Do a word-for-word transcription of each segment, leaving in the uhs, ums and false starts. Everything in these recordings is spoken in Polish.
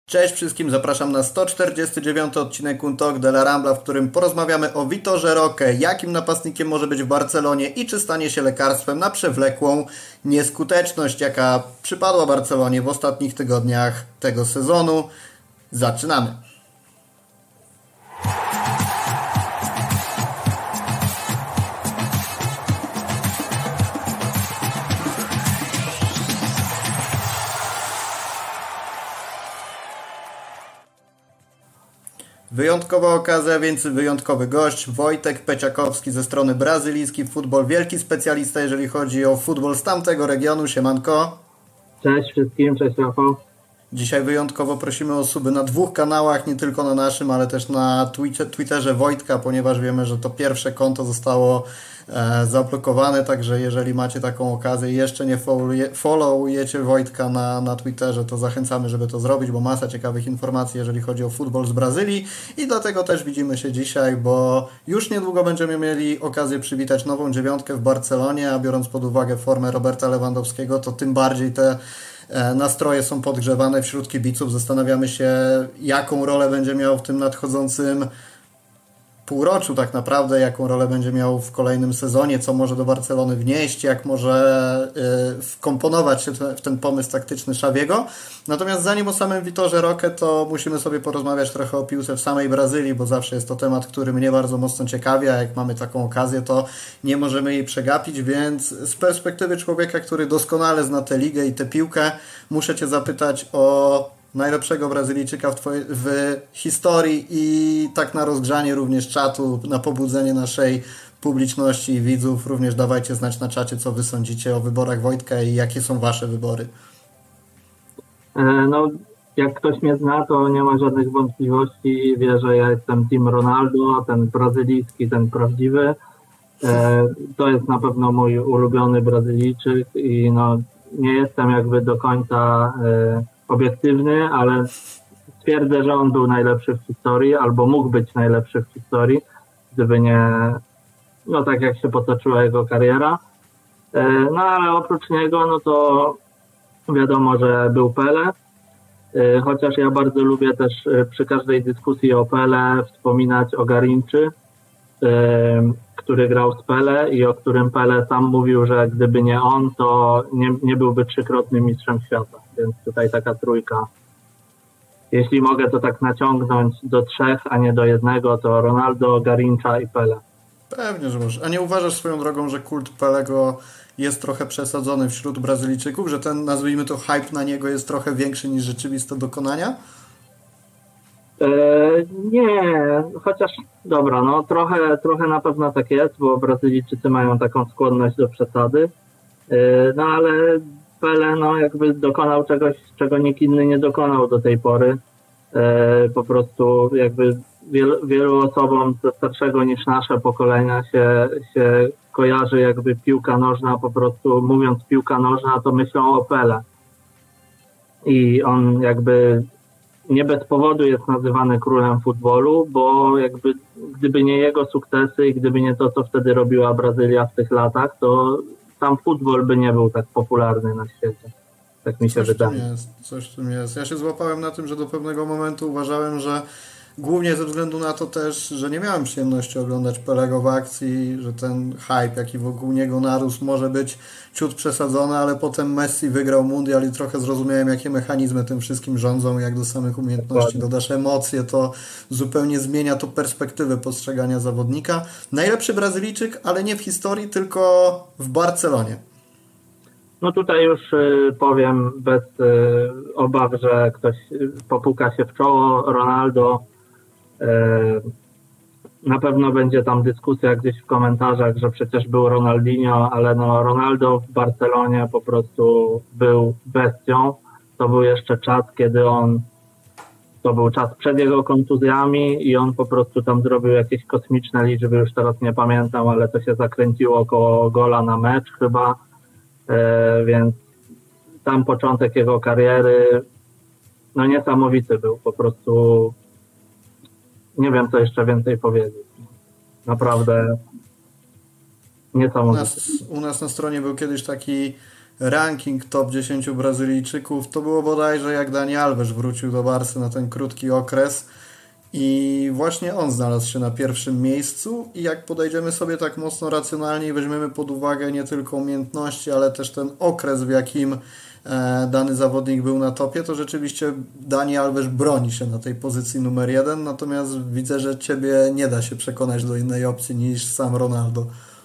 Cześć wszystkim, zapraszam na sto czterdziesty dziewiąty odcinek Un Talk de la Rambla, w którym porozmawiamy o Vitorze Roque, jakim napastnikiem może być w Barcelonie i czy stanie się lekarstwem na przewlekłą nieskuteczność, jaka przypadła Barcelonie w ostatnich tygodniach tego sezonu. Zaczynamy! Wyjątkowa okazja, więc wyjątkowy gość, Wojtek Peciakowski ze strony Brazylijski Futbol, wielki specjalista, jeżeli chodzi o futbol z tamtego regionu. Siemanko. Cześć wszystkim, cześć Rafał. Dzisiaj wyjątkowo prosimy o suby na dwóch kanałach, nie tylko na naszym, ale też na Twitterze Wojtka, ponieważ wiemy, że to pierwsze konto zostało e, zablokowane, także jeżeli macie taką okazję i jeszcze nie followujecie Wojtka na, na Twitterze, to zachęcamy, żeby to zrobić, bo masa ciekawych informacji, jeżeli chodzi o futbol z Brazylii i dlatego też widzimy się dzisiaj, bo już niedługo będziemy mieli okazję przywitać nową dziewiątkę w Barcelonie, a biorąc pod uwagę formę Roberta Lewandowskiego, to tym bardziej te nastroje są podgrzewane wśród kibiców. Zastanawiamy się, jaką rolę będzie miał w tym nadchodzącym półroczu tak naprawdę, jaką rolę będzie miał w kolejnym sezonie, co może do Barcelony wnieść, jak może y, wkomponować się w ten pomysł taktyczny Xaviego. Natomiast zanim o samym Vitorze Roque, to musimy sobie porozmawiać trochę o piłce w samej Brazylii, bo zawsze jest to temat, który mnie bardzo mocno ciekawi, a jak mamy taką okazję, to nie możemy jej przegapić, więc z perspektywy człowieka, który doskonale zna tę ligę i tę piłkę, muszę Cię zapytać o najlepszego Brazylijczyka w, twojej, w historii i tak na rozgrzanie również czatu, na pobudzenie naszej publiczności i widzów. Również dawajcie znać na czacie, co Wy sądzicie o wyborach Wojtka i jakie są Wasze wybory. No, jak ktoś mnie zna, to nie ma żadnych wątpliwości. Wie, że ja jestem Team Ronaldo, ten brazylijski, ten prawdziwy. To jest na pewno mój ulubiony Brazylijczyk i no, nie jestem jakby do końca obiektywny, ale twierdzę, że on był najlepszy w historii, albo mógł być najlepszy w historii, gdyby nie, no tak jak się potoczyła jego kariera. No ale oprócz niego, no to wiadomo, że był Pelé, chociaż ja bardzo lubię też przy każdej dyskusji o Pelé wspominać o Garinczy, który grał z Pelé i o którym Pelé sam mówił, że gdyby nie on, to nie, nie byłby trzykrotnym mistrzem świata. Więc tutaj taka trójka. Jeśli mogę to tak naciągnąć do trzech, a nie do jednego, to Ronaldo, Garincha i Pelé. Pewnie, że możesz. A nie uważasz swoją drogą, że kult Pelego jest trochę przesadzony wśród Brazylijczyków, że ten, nazwijmy to, hype na niego jest trochę większy niż rzeczywiste dokonania? Nie, chociaż dobra, no trochę, trochę na pewno tak jest, bo Brazylijczycy mają taką skłonność do przesady, no ale Pelé no jakby dokonał czegoś, czego nikt inny nie dokonał do tej pory. Po prostu jakby wielu, wielu osobom starszego niż nasze pokolenia się, się kojarzy jakby piłka nożna, po prostu mówiąc piłka nożna, to myślą o Pelé. I on jakby nie bez powodu jest nazywany królem futbolu, bo jakby gdyby nie jego sukcesy i gdyby nie to, co wtedy robiła Brazylia w tych latach, to sam futbol by nie był tak popularny na świecie. Tak mi się coś wydaje. W tym jest, coś w tym jest. Ja się złapałem na tym, że do pewnego momentu uważałem, że głównie ze względu na to też, że nie miałem przyjemności oglądać Pelego w akcji, że ten hype, jaki wokół niego narósł, może być ciut przesadzony, ale potem Messi wygrał mundial i trochę zrozumiałem, jakie mechanizmy tym wszystkim rządzą, jak do samych umiejętności dodasz emocje, to zupełnie zmienia to perspektywę postrzegania zawodnika. Najlepszy Brazylijczyk, ale nie w historii, tylko w Barcelonie. No tutaj już y, powiem bez y, obaw, że ktoś popuka się w czoło. Ronaldo, y, na pewno będzie tam dyskusja gdzieś w komentarzach, że przecież był Ronaldinho, ale no Ronaldo w Barcelonie po prostu był bestią. To był jeszcze czas, kiedy on, to był czas przed jego kontuzjami i on po prostu tam zrobił jakieś kosmiczne liczby, już teraz nie pamiętam, ale to się zakręciło około gola na mecz chyba. Więc tam początek jego kariery no niesamowity był, po prostu nie wiem, co jeszcze więcej powiedzieć. Naprawdę niesamowity. U nas, u nas na stronie był kiedyś taki ranking top dziesięć Brazylijczyków, to było bodajże jak Dani Alves wrócił do Barsy na ten krótki okres i właśnie on znalazł się na pierwszym miejscu i jak podejdziemy sobie tak mocno racjonalnie i weźmiemy pod uwagę nie tylko umiejętności, ale też ten okres, w jakim dany zawodnik był na topie, to rzeczywiście Dani Alves broni się na tej pozycji numer jeden, natomiast widzę, że Ciebie nie da się przekonać do innej opcji niż sam Ronaldo.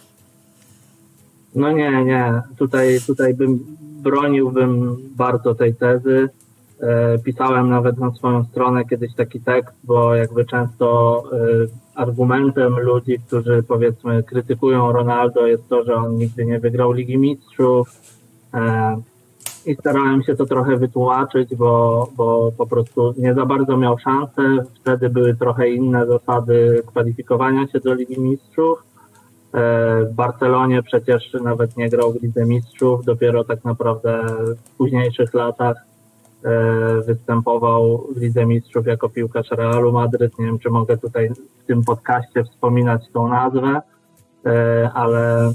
No nie, nie. Tutaj, tutaj bym broniłbym bardzo tej tezy. E, pisałem nawet na swoją stronę kiedyś taki tekst, bo jakby często e, argumentem ludzi, którzy powiedzmy krytykują Ronaldo jest to, że on nigdy nie wygrał Ligi Mistrzów. E, I starałem się to trochę wytłumaczyć, bo, bo po prostu nie za bardzo miał szansę. Wtedy były trochę inne zasady kwalifikowania się do Ligi Mistrzów. W Barcelonie przecież nawet nie grał w Lidze Mistrzów. Dopiero tak naprawdę w późniejszych latach występował w Lidze Mistrzów jako piłkarz Realu Madryt. Nie wiem, czy mogę tutaj w tym podcaście wspominać tą nazwę, ale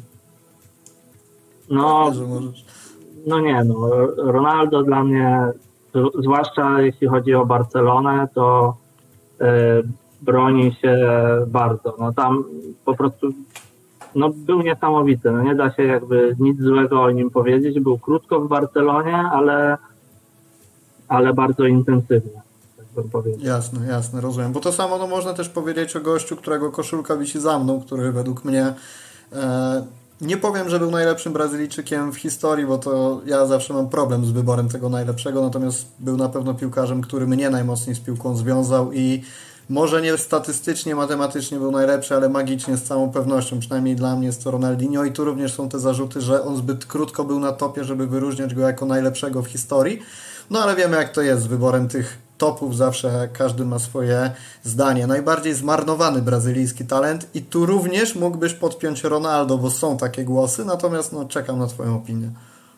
no... No nie, no Ronaldo dla mnie, zwłaszcza jeśli chodzi o Barcelonę, to y, broni się bardzo. No tam po prostu no, był niesamowity. No nie da się jakby nic złego o nim powiedzieć. Był krótko w Barcelonie, ale, ale bardzo intensywnie, tak bym powiedział. Jasne, jasne, rozumiem. Bo to samo no, można też powiedzieć o gościu, którego koszulka wisi za mną, który według mnie... E, Nie powiem, że był najlepszym Brazylijczykiem w historii, bo to ja zawsze mam problem z wyborem tego najlepszego, natomiast był na pewno piłkarzem, który mnie najmocniej z piłką związał i może nie statystycznie, matematycznie był najlepszy, ale magicznie z całą pewnością, przynajmniej dla mnie jest to Ronaldinho i tu również są te zarzuty, że on zbyt krótko był na topie, żeby wyróżniać go jako najlepszego w historii, no ale wiemy jak to jest z wyborem tych topów, zawsze każdy ma swoje zdanie. Najbardziej zmarnowany brazylijski talent i tu również mógłbyś podpiąć Ronaldo, bo są takie głosy, natomiast no, czekam na Twoją opinię.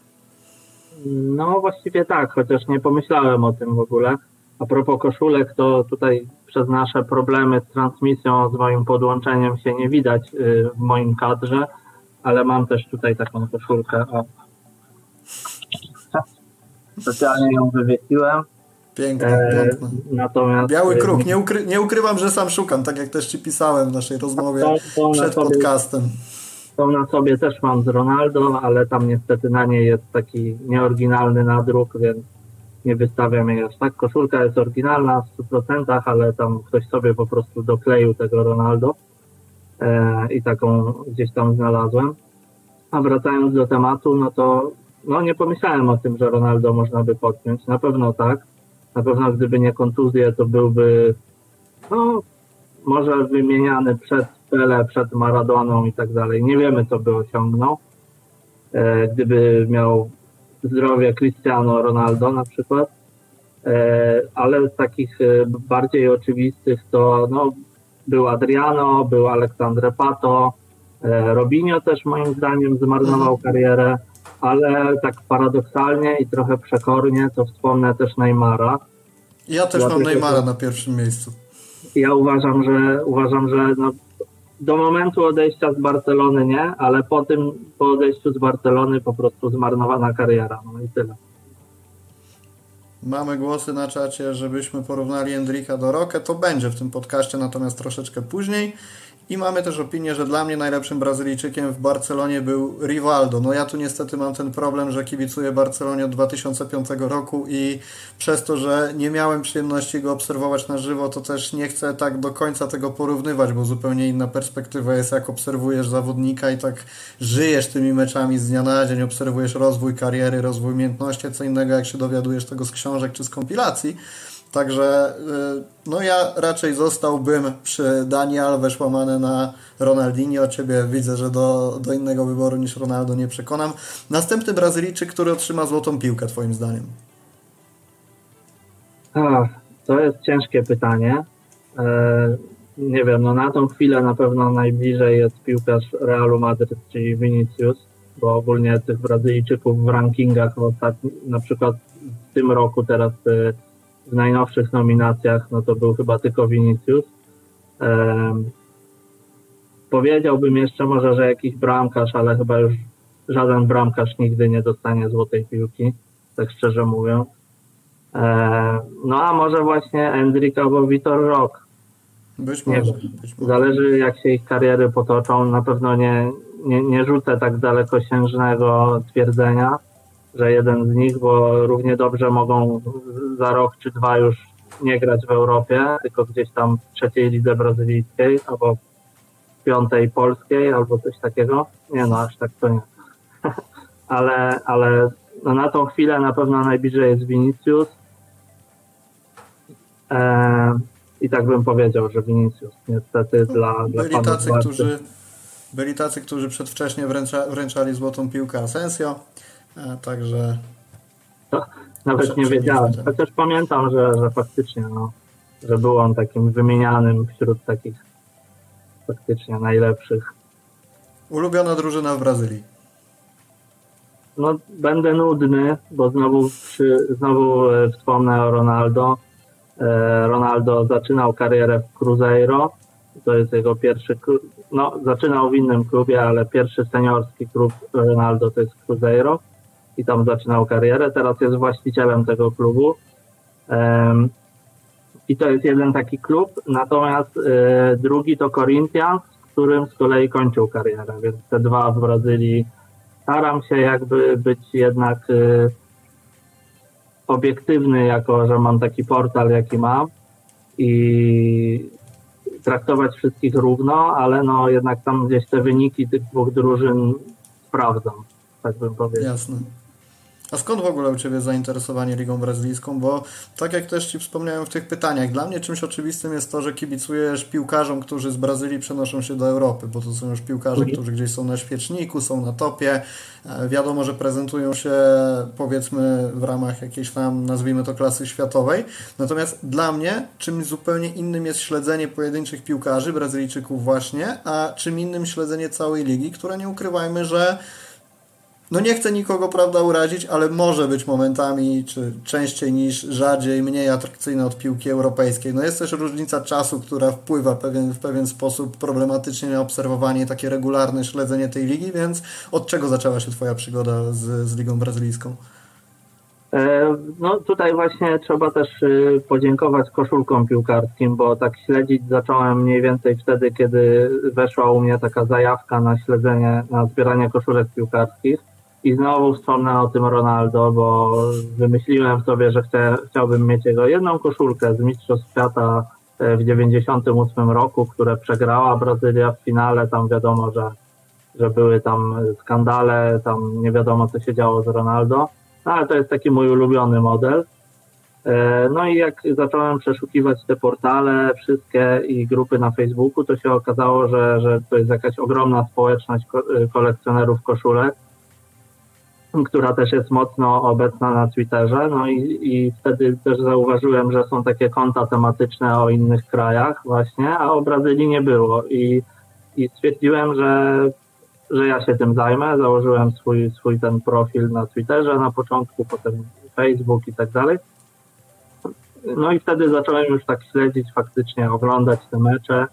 No właściwie tak, chociaż nie pomyślałem o tym w ogóle. A propos koszulek, to tutaj przez nasze problemy z transmisją, z moim podłączeniem się nie widać w moim kadrze, ale mam też tutaj taką koszulkę. O. Specjalnie ją wywiesiłem. Piękne, piękne. Natomiast, Biały kruk. Nie, ukry- nie ukrywam, że sam szukam, tak jak też Ci pisałem w naszej rozmowie to, to przed sobie, podcastem. Tą na sobie też mam z Ronaldo, ale tam niestety na niej jest taki nieoryginalny nadruk, więc nie wystawiam jej aż tak. Koszulka jest oryginalna w stu procentach, ale tam ktoś sobie po prostu dokleił tego Ronaldo e, i taką gdzieś tam znalazłem. A wracając do tematu, no to no nie pomyślałem o tym, że Ronaldo można by podpiąć. Na pewno tak. Na pewno gdyby nie kontuzje, to byłby no, może wymieniany przed Pele, przed Maradoną i tak dalej. Nie wiemy, co by osiągnął. E, gdyby miał zdrowie Cristiano Ronaldo na przykład. E, ale z takich e, bardziej oczywistych to no, był Adriano, był Aleksandre Pato, e, Robinho też moim zdaniem zmarnował karierę. Ale tak paradoksalnie i trochę przekornie to wspomnę też Neymara. Ja też mam Neymara na pierwszym miejscu. Ja uważam, że uważam, że no, do momentu odejścia z Barcelony nie, ale po tym, po odejściu z Barcelony po prostu zmarnowana kariera. No i tyle. Mamy głosy na czacie, żebyśmy porównali Endrika do Roque. To będzie w tym podcaście, natomiast troszeczkę później. I mamy też opinię, że dla mnie najlepszym Brazylijczykiem w Barcelonie był Rivaldo. No ja tu niestety mam ten problem, że kibicuję Barcelonie od dwa tysiące piątego roku i przez to, że nie miałem przyjemności go obserwować na żywo, to też nie chcę tak do końca tego porównywać, bo zupełnie inna perspektywa jest, jak obserwujesz zawodnika i tak żyjesz tymi meczami z dnia na dzień, obserwujesz rozwój kariery, rozwój umiejętności, co innego jak się dowiadujesz tego z książek czy z kompilacji. Także no ja raczej zostałbym przy Dani Alves łamane na Ronaldinho. Ciebie widzę, że do, do innego wyboru niż Ronaldo nie przekonam. Następny Brazylijczyk, który otrzyma złotą piłkę twoim zdaniem? Ach, to jest ciężkie pytanie. E, nie wiem, no na tą chwilę na pewno najbliżej jest piłkarz Realu Madryt, czyli Vinicius, bo ogólnie tych Brazylijczyków w rankingach w ostatnim, na przykład w tym roku teraz w najnowszych nominacjach, no to był chyba tylko Vinicius. Um, powiedziałbym jeszcze może, że jakiś bramkarz, ale chyba już żaden bramkarz nigdy nie dostanie złotej piłki, tak szczerze mówiąc. E, no a może właśnie Endrick albo Vitor Roque. Być może, być może. Zależy jak się ich kariery potoczą. Na pewno nie, nie, nie rzucę tak dalekosiężnego twierdzenia, że jeden z nich, bo równie dobrze mogą za rok czy dwa już nie grać w Europie, tylko gdzieś tam w trzeciej lidze brazylijskiej albo w piątej polskiej albo coś takiego. Nie no, aż tak to nie. ale ale no na tą chwilę na pewno najbliżej jest Vinicius. Eee, I tak bym powiedział, że Vinicius niestety dla, dla byli tacy, którzy Byli tacy, którzy przedwcześnie wręcza, wręczali złotą piłkę Asensio, e, także... To nawet nie wiedziałem, chociaż pamiętam, że, że faktycznie, no, że był on takim wymienianym wśród takich faktycznie najlepszych. Ulubiona drużyna w Brazylii? No, będę nudny, bo znowu, przy, znowu wspomnę o Ronaldo. Ronaldo zaczynał karierę w Cruzeiro. To jest jego pierwszy klub. No, zaczynał w innym klubie, ale pierwszy seniorski klub Ronaldo to jest Cruzeiro i tam zaczynał karierę. Teraz jest właścicielem tego klubu. Um, I to jest jeden taki klub. Natomiast y, drugi to Corinthians, w którym z kolei kończył karierę. Więc te dwa w Brazylii. Staram się jakby być jednak y, obiektywny, jako że mam taki portal, jaki mam i traktować wszystkich równo, ale no jednak tam gdzieś te wyniki tych dwóch drużyn sprawdzam, tak bym powiedział. Jasne. A skąd w ogóle u Ciebie zainteresowanie Ligą Brazylijską? Bo tak jak też Ci wspomniałem w tych pytaniach, dla mnie czymś oczywistym jest to, że kibicujesz piłkarzom, którzy z Brazylii przenoszą się do Europy, bo to są już piłkarze, mhm. którzy gdzieś są na świeczniku, są na topie. Wiadomo, że prezentują się powiedzmy w ramach jakiejś tam, nazwijmy to, klasy światowej. Natomiast dla mnie czymś zupełnie innym jest śledzenie pojedynczych piłkarzy, Brazylijczyków właśnie, a czym innym śledzenie całej ligi, która, nie ukrywajmy, że no nie chcę nikogo, prawda, urazić, ale może być momentami, czy częściej niż rzadziej, mniej atrakcyjna od piłki europejskiej. No jest też różnica czasu, która wpływa pewien, w pewien sposób problematycznie na obserwowanie, takie regularne śledzenie tej ligi, więc od czego zaczęła się Twoja przygoda z, z Ligą Brazylijską? No tutaj właśnie trzeba też podziękować koszulkom piłkarskim, bo tak śledzić zacząłem mniej więcej wtedy, kiedy weszła u mnie taka zajawka na śledzenie, na zbieranie koszulek piłkarskich. I znowu wspomnę o tym Ronaldo, bo wymyśliłem sobie, że chcę, chciałbym mieć jego jedną koszulkę z Mistrzostw Świata w dziewięćdziesiątym ósmym roku, które przegrała Brazylia w finale. Tam wiadomo, że, że były tam skandale, tam nie wiadomo, co się działo z Ronaldo. No, ale to jest taki mój ulubiony model. No i jak zacząłem przeszukiwać te portale wszystkie i grupy na Facebooku, to się okazało, że, że to jest jakaś ogromna społeczność kolekcjonerów koszulek, która też jest mocno obecna na Twitterze. No i, i wtedy też zauważyłem, że są takie konta tematyczne o innych krajach właśnie, a o Brazylii nie było. I, i stwierdziłem, że, że ja się tym zajmę. Założyłem swój, swój ten profil na Twitterze na początku, potem Facebook i tak dalej. No i wtedy zacząłem już tak śledzić, faktycznie oglądać te mecze,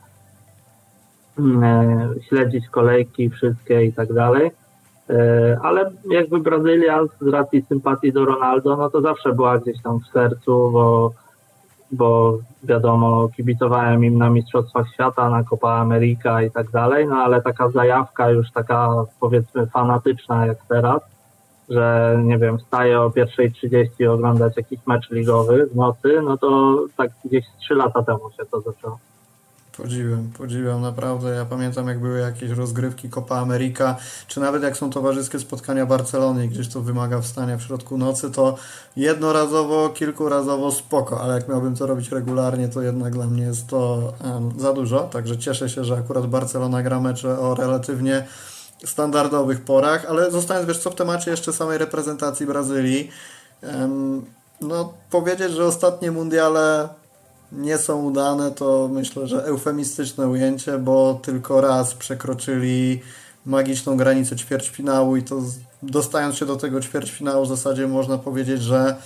śledzić kolejki wszystkie i tak dalej. Ale jakby Brazylia z racji sympatii do Ronaldo, no to zawsze była gdzieś tam w sercu, bo, bo wiadomo, kibicowałem im na Mistrzostwach Świata, na Copa America i tak dalej, no ale taka zajawka już taka powiedzmy fanatyczna jak teraz, że nie wiem, wstaję o pierwszej trzydzieści oglądać jakiś mecz ligowy w nocy, no to tak gdzieś trzy lata temu się to zaczęło. Podziwiam, podziwiam naprawdę. Ja pamiętam, jak były jakieś rozgrywki Copa America, czy nawet jak są towarzyskie spotkania Barcelony i gdzieś to wymaga wstania w środku nocy, to jednorazowo, kilkurazowo spoko, ale jak miałbym to robić regularnie, to jednak dla mnie jest to um, za dużo. Także cieszę się, że akurat Barcelona gra mecze o relatywnie standardowych porach, ale zostając, wiesz co, w temacie jeszcze samej reprezentacji Brazylii, um, no powiedzieć, że ostatnie mundiale nie są udane, to myślę, że eufemistyczne ujęcie, bo tylko raz przekroczyli magiczną granicę ćwierćfinału i to dostając się do tego ćwierćfinału w zasadzie można powiedzieć, że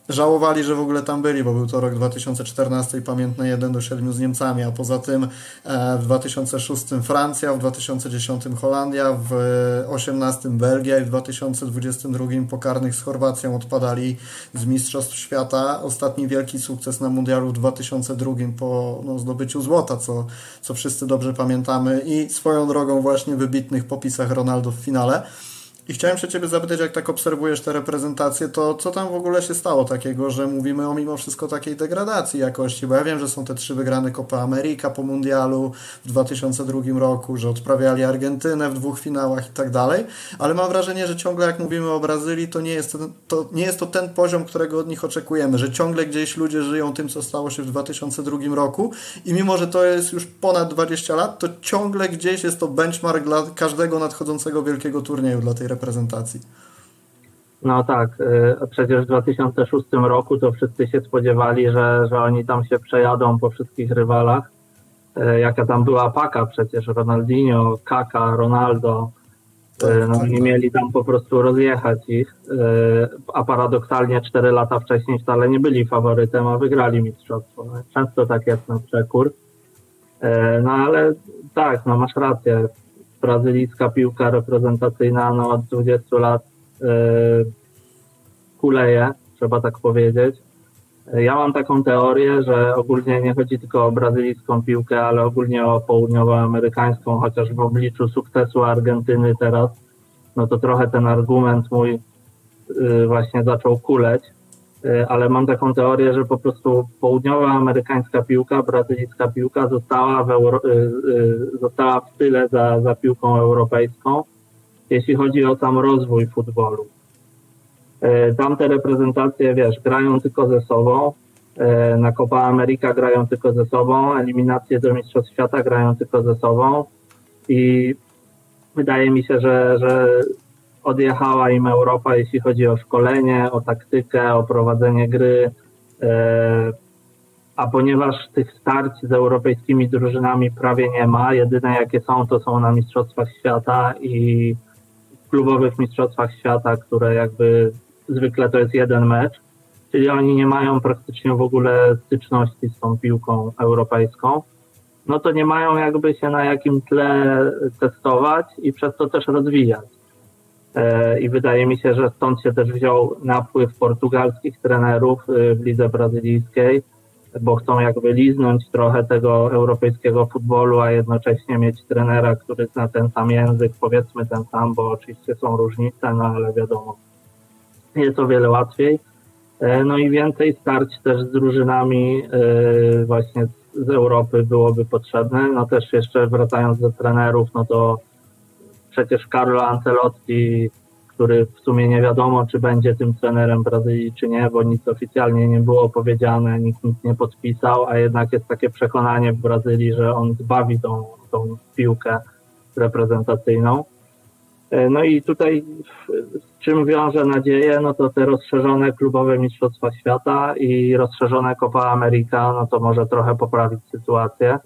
żałowali, że w ogóle tam byli, bo był to rok dwa tysiące czternasty i pamiętny jeden do siedmiu z Niemcami, a poza tym w dwa tysiące szóstym Francja, w dwa tysiące dziesiątym Holandia, w osiemnastym Belgia i w dwa tysiące dwudziestym drugim po karnych z Chorwacją odpadali z Mistrzostw Świata. Ostatni wielki sukces na mundialu w dwa tysiące drugim po no, zdobyciu złota, co, co wszyscy dobrze pamiętamy i swoją drogą właśnie wybitnych popisach Ronaldo w finale. I chciałem się Ciebie zapytać, jak tak obserwujesz te reprezentacje, to co tam w ogóle się stało takiego, że mówimy o mimo wszystko takiej degradacji jakości, bo ja wiem, że są te trzy wygrane Copa America po mundialu w dwa tysiące drugim roku, że odprawiali Argentynę w dwóch finałach i tak dalej, ale mam wrażenie, że ciągle jak mówimy o Brazylii, to nie jest ten, to nie jest to ten poziom, którego od nich oczekujemy, że ciągle gdzieś ludzie żyją tym, co stało się w dwa tysiące drugim roku i mimo, że to jest już ponad dwadzieścia lat, to ciągle gdzieś jest to benchmark dla każdego nadchodzącego wielkiego turnieju dla tej reprezentacji. No tak, przecież w dwa tysiące szóstym roku to wszyscy się spodziewali, że, że oni tam się przejadą po wszystkich rywalach. Jaka tam była paka przecież, Ronaldinho, Kaka, Ronaldo, tak, no tak, i mieli tam po prostu rozjechać ich, a paradoksalnie cztery lata wcześniej wcale nie byli faworytem, a wygrali mistrzostwo. Często tak jest na przekór. No ale tak, no masz rację. Brazylijska piłka reprezentacyjna no, od dwudziestu lat yy, kuleje, trzeba tak powiedzieć. Ja mam taką teorię, że ogólnie nie chodzi tylko o brazylijską piłkę, ale ogólnie o południowoamerykańską, chociaż w obliczu sukcesu Argentyny teraz, no to trochę ten argument mój yy, właśnie zaczął kuleć. Ale mam taką teorię, że po prostu południowoamerykańska piłka, brazylijska piłka została w, Euro, została w tyle za, za piłką europejską, jeśli chodzi o sam rozwój futbolu. Tamte reprezentacje, wiesz, grają tylko ze sobą, na Copa America grają tylko ze sobą, eliminacje do Mistrzostw Świata grają tylko ze sobą i wydaje mi się, że, że odjechała im Europa, jeśli chodzi o szkolenie, o taktykę, o prowadzenie gry, a ponieważ tych starć z europejskimi drużynami prawie nie ma, jedyne jakie są, to są na Mistrzostwach Świata i w klubowych Mistrzostwach Świata, które jakby zwykle to jest jeden mecz, czyli oni nie mają praktycznie w ogóle styczności z tą piłką europejską, no to nie mają jakby się na jakim tle testować i przez to też rozwijać. I wydaje mi się, że stąd się też wziął napływ portugalskich trenerów w lidze brazylijskiej, bo chcą jakby liznąć trochę tego europejskiego futbolu, a jednocześnie mieć trenera, który zna ten sam język, powiedzmy ten sam, bo oczywiście są różnice, no ale wiadomo, jest o wiele łatwiej. No i więcej starć też z drużynami właśnie z Europy byłoby potrzebne. No też jeszcze wracając do trenerów, no to przecież Carlo Ancelotti, który w sumie nie wiadomo, czy będzie tym trenerem Brazylii, czy nie, bo nic oficjalnie nie było powiedziane, nikt nic nie podpisał, a jednak jest takie przekonanie w Brazylii, że on zbawi tą, tą piłkę reprezentacyjną. No i tutaj z czym wiąże nadzieję, no to te rozszerzone klubowe Mistrzostwa Świata i rozszerzone Copa America, no to może trochę poprawić sytuację.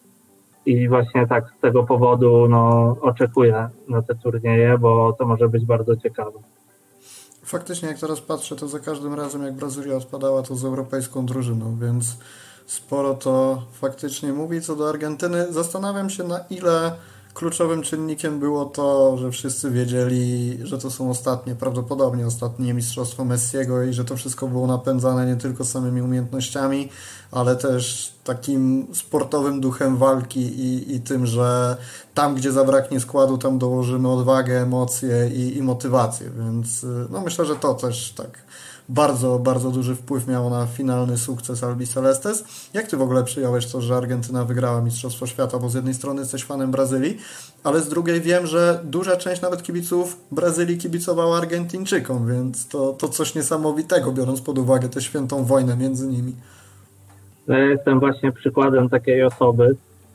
I właśnie tak z tego powodu no, oczekuję na te turnieje, bo to może być bardzo ciekawe. Faktycznie jak teraz patrzę, to za każdym razem jak Brazylia odpadała, to z europejską drużyną, więc sporo to faktycznie mówi. Co do Argentyny, zastanawiam się, na ile kluczowym czynnikiem było to, że wszyscy wiedzieli, że to są ostatnie, prawdopodobnie ostatnie mistrzostwo Messiego i że to wszystko było napędzane nie tylko samymi umiejętnościami, ale też takim sportowym duchem walki i, i tym, że tam, gdzie zabraknie składu, tam dołożymy odwagę, emocje i, i motywację, więc no myślę, że to też tak bardzo, bardzo duży wpływ miało na finalny sukces Albicelestes. Jak ty w ogóle przyjąłeś to, że Argentyna wygrała Mistrzostwo Świata? Bo z jednej strony jesteś fanem Brazylii, ale z drugiej wiem, że duża część nawet kibiców Brazylii kibicowała Argentyńczykom, więc to, to coś niesamowitego, biorąc pod uwagę tę świętą wojnę między nimi. Ja jestem właśnie przykładem takiej osoby,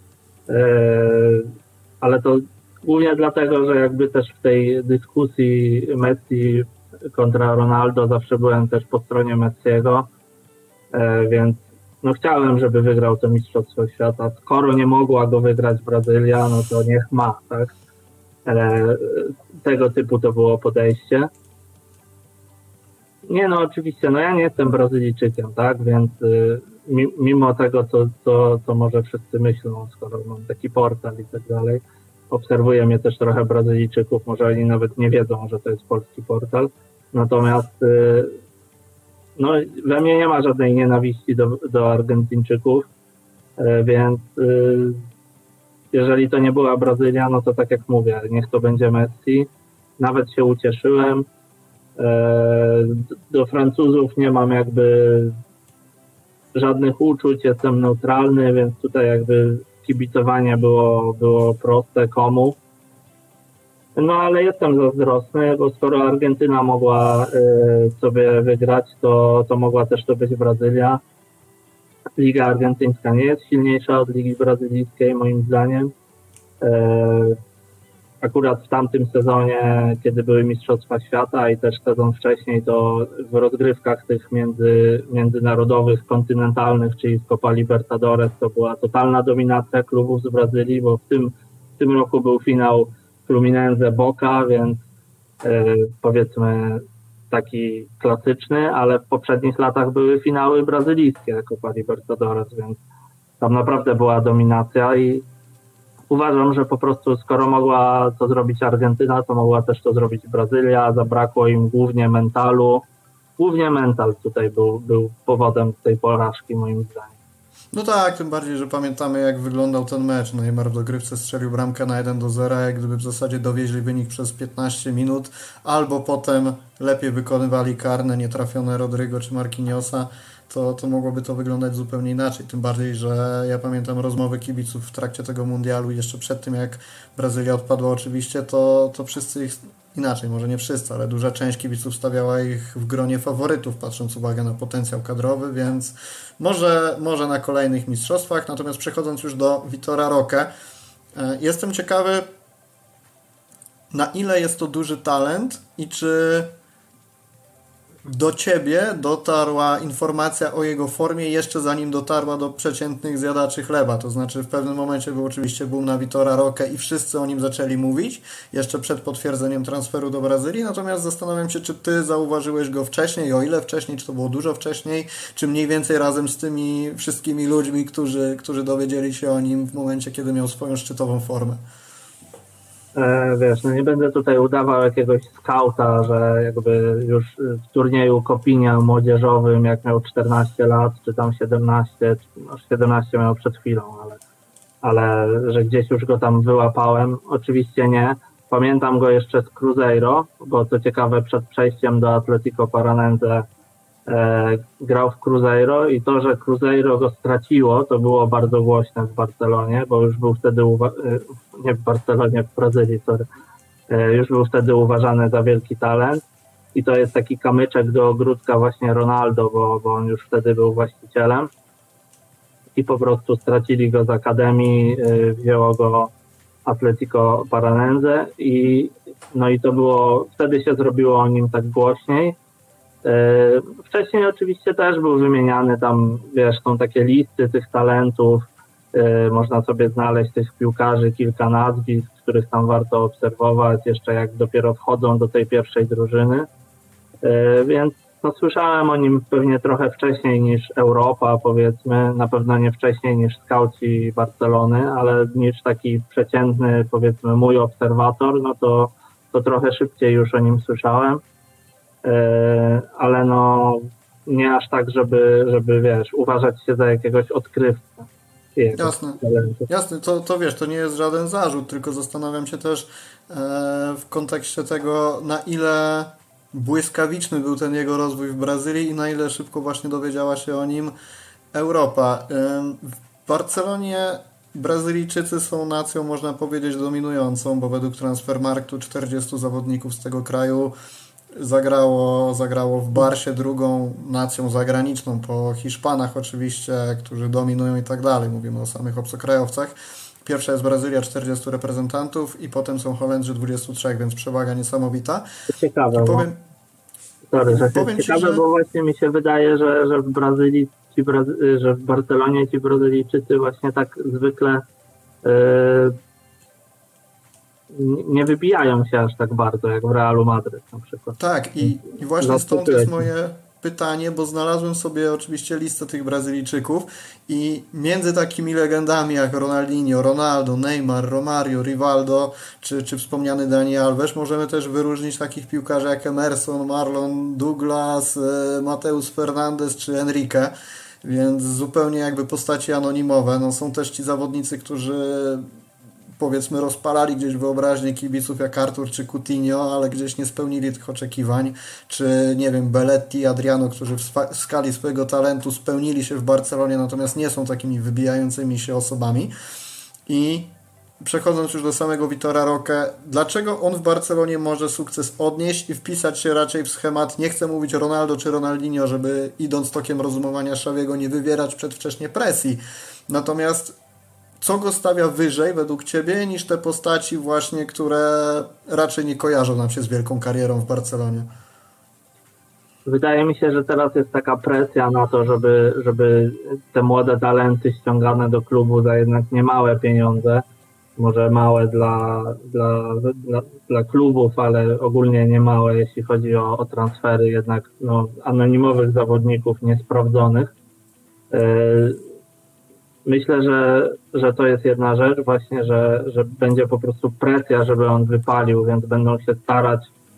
ale to głównie dlatego, że jakby też w tej dyskusji Messi kontra Ronaldo zawsze byłem też po stronie Messiego, więc no chciałem, żeby wygrał to Mistrzostwo Świata. Skoro nie mogła go wygrać Brazylia, no to niech ma, tak? Tego typu to było podejście. Nie, no oczywiście, no ja nie jestem Brazylijczykiem, tak, więc y, mimo tego, co, co, co może wszyscy myślą, skoro mam taki portal i tak dalej, obserwuję mnie też trochę Brazylijczyków, może oni nawet nie wiedzą, że to jest polski portal, natomiast y, no we mnie nie ma żadnej nienawiści do, do Argentyńczyków, y, więc y, jeżeli to nie była Brazylia, no to tak jak mówię, niech to będzie Messi, nawet się ucieszyłem. Do Francuzów nie mam jakby żadnych uczuć, jestem neutralny, więc tutaj jakby kibicowanie było, było proste komu. No ale jestem zazdrosny, bo skoro Argentyna mogła sobie wygrać, to, to mogła też to być Brazylia. Liga argentyńska nie jest silniejsza od Ligi Brazylijskiej moim zdaniem. Akurat w tamtym sezonie, kiedy były Mistrzostwa Świata i też sezon wcześniej, to w rozgrywkach tych między, międzynarodowych, kontynentalnych, czyli w Copa Libertadores, to była totalna dominacja klubów z Brazylii, bo w tym, w tym roku był finał Fluminense Boca, więc yy, powiedzmy taki klasyczny, ale w poprzednich latach były finały brazylijskie Copa Libertadores, więc tam naprawdę była dominacja i uważam, że po prostu skoro mogła to zrobić Argentyna, to mogła też to zrobić Brazylia. Zabrakło im głównie mentalu. Głównie mental tutaj był, był powodem tej porażki moim zdaniem. No tak, tym bardziej, że pamiętamy jak wyglądał ten mecz. Neymar w dogrywce strzelił bramkę na jeden do zera, jak gdyby w zasadzie dowieźli wynik przez piętnaście minut, albo potem lepiej wykonywali karne, nietrafione Rodrygo czy Marquinhosa, to, to mogłoby to wyglądać zupełnie inaczej. Tym bardziej, że ja pamiętam rozmowy kibiców w trakcie tego mundialu, jeszcze przed tym jak Brazylia odpadła oczywiście, to, to wszyscy ich, inaczej, może nie wszyscy, ale duża część kibiców stawiała ich w gronie faworytów, patrząc uwagę na potencjał kadrowy, więc może, może na kolejnych mistrzostwach. Natomiast przechodząc już do Vitora Roque, jestem ciekawy, na ile jest to duży talent i czy do Ciebie dotarła informacja o jego formie jeszcze zanim dotarła do przeciętnych zjadaczy chleba. To znaczy w pewnym momencie był oczywiście boom na Vitora Roque i wszyscy o nim zaczęli mówić jeszcze przed potwierdzeniem transferu do Brazylii. Natomiast zastanawiam się, czy Ty zauważyłeś go wcześniej, o ile wcześniej, czy to było dużo wcześniej, czy mniej więcej razem z tymi wszystkimi ludźmi, którzy, którzy dowiedzieli się o nim w momencie, kiedy miał swoją szczytową formę. Wiesz, no nie będę tutaj udawał jakiegoś skauta, że jakby już w turnieju Kopinia młodzieżowym, jak miał czternaście lat, czy tam siedemnaście, no siedemnaście miał przed chwilą, ale, ale że gdzieś już go tam wyłapałem. Oczywiście nie. Pamiętam go jeszcze z Cruzeiro, bo co ciekawe przed przejściem do Atlético Paranense e, grał w Cruzeiro i to, że Cruzeiro go straciło, to było bardzo głośne w Barcelonie, bo już był wtedy uwa- nie w Barcelonie, w Brazylii, sorry. Już był wtedy uważany za wielki talent i to jest taki kamyczek do ogródka właśnie Ronaldo, bo, bo on już wtedy był właścicielem i po prostu stracili go z akademii, wzięło go Atlético Paranense i no i to było, wtedy się zrobiło o nim tak głośniej. Wcześniej oczywiście też był wymieniany tam, wiesz, są takie listy tych talentów, można sobie znaleźć tych piłkarzy, kilka nazwisk, których tam warto obserwować, jeszcze jak dopiero wchodzą do tej pierwszej drużyny. Więc no, słyszałem o nim pewnie trochę wcześniej niż Europa, powiedzmy, na pewno nie wcześniej niż skauci Barcelony, ale niż taki przeciętny, powiedzmy, mój obserwator, no to, to trochę szybciej już o nim słyszałem. Ale no nie aż tak, żeby, żeby wiesz, uważać się za jakiegoś odkrywcę. Jasne, jasne. To, to wiesz, to nie jest żaden zarzut, tylko zastanawiam się też e, w kontekście tego, na ile błyskawiczny był ten jego rozwój w Brazylii i na ile szybko właśnie dowiedziała się o nim Europa. E, w Barcelonie Brazylijczycy są nacją, można powiedzieć, dominującą, bo według Transfermarktu czterdziestu zawodników z tego kraju Zagrało, zagrało w Barsie, drugą nacją zagraniczną po Hiszpanach oczywiście, którzy dominują i tak dalej. Mówimy o samych obcokrajowcach. Pierwsza jest Brazylia, czterdziestu reprezentantów i potem są Holendrzy, dwudziestu trzech, więc przewaga niesamowita. Ciekawe, I powiem, bo, sorry, że powiem ciekawe, ci, że... bo właśnie mi się wydaje, że, że w Brazylii, ci Brazy... że w Barcelonie ci Brazylijczycy właśnie tak zwykle yy, nie wybijają się aż tak bardzo jak w Realu Madryt na przykład. Tak, i, i właśnie stąd jest moje pytanie, bo znalazłem sobie oczywiście listę tych Brazylijczyków i między takimi legendami jak Ronaldinho, Ronaldo, Neymar, Romario, Rivaldo czy, czy wspomniany Dani Alves możemy też wyróżnić takich piłkarzy jak Emerson, Marlon Douglas, Mateus Fernandes czy Enrique, więc zupełnie jakby postaci anonimowe. No, są też ci zawodnicy, którzy powiedzmy rozpalali gdzieś wyobraźnię kibiców jak Artur czy Coutinho, ale gdzieś nie spełnili tych oczekiwań, czy nie wiem, Belletti, Adriano, którzy w, w skali swojego talentu spełnili się w Barcelonie, natomiast nie są takimi wybijającymi się osobami. I przechodząc już do samego Vitora Roque, dlaczego on w Barcelonie może sukces odnieść i wpisać się raczej w schemat, nie chcę mówić Ronaldo czy Ronaldinho, żeby idąc tokiem rozumowania Xaviego nie wywierać przedwcześnie presji, natomiast co go stawia wyżej według Ciebie niż te postaci właśnie, które raczej nie kojarzą nam się z wielką karierą w Barcelonie? Wydaje mi się, że teraz jest taka presja na to, żeby, żeby te młode talenty ściągane do klubu za jednak niemałe pieniądze, może małe dla, dla, dla, dla klubów, ale ogólnie niemałe, jeśli chodzi o, o transfery jednak no, anonimowych zawodników niesprawdzonych. Yy, Myślę, że, że to jest jedna rzecz właśnie, że, że będzie po prostu presja, żeby on wypalił, więc będą się starać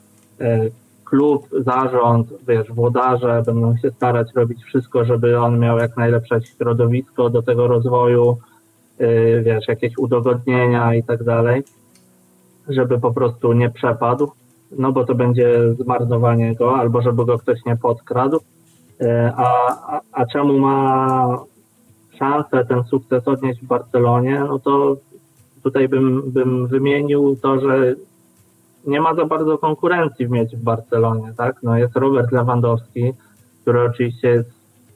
klub, zarząd, wiesz, włodarze będą się starać robić wszystko, żeby on miał jak najlepsze środowisko do tego rozwoju, wiesz, jakieś udogodnienia i tak dalej, żeby po prostu nie przepadł, no bo to będzie zmarnowanie go, albo żeby go ktoś nie podkradł. A, a, a czemu ma szansę ten sukces odnieść w Barcelonie, no to tutaj bym, bym wymienił to, że nie ma za bardzo konkurencji w mieć w Barcelonie, tak? No jest Robert Lewandowski, który oczywiście jest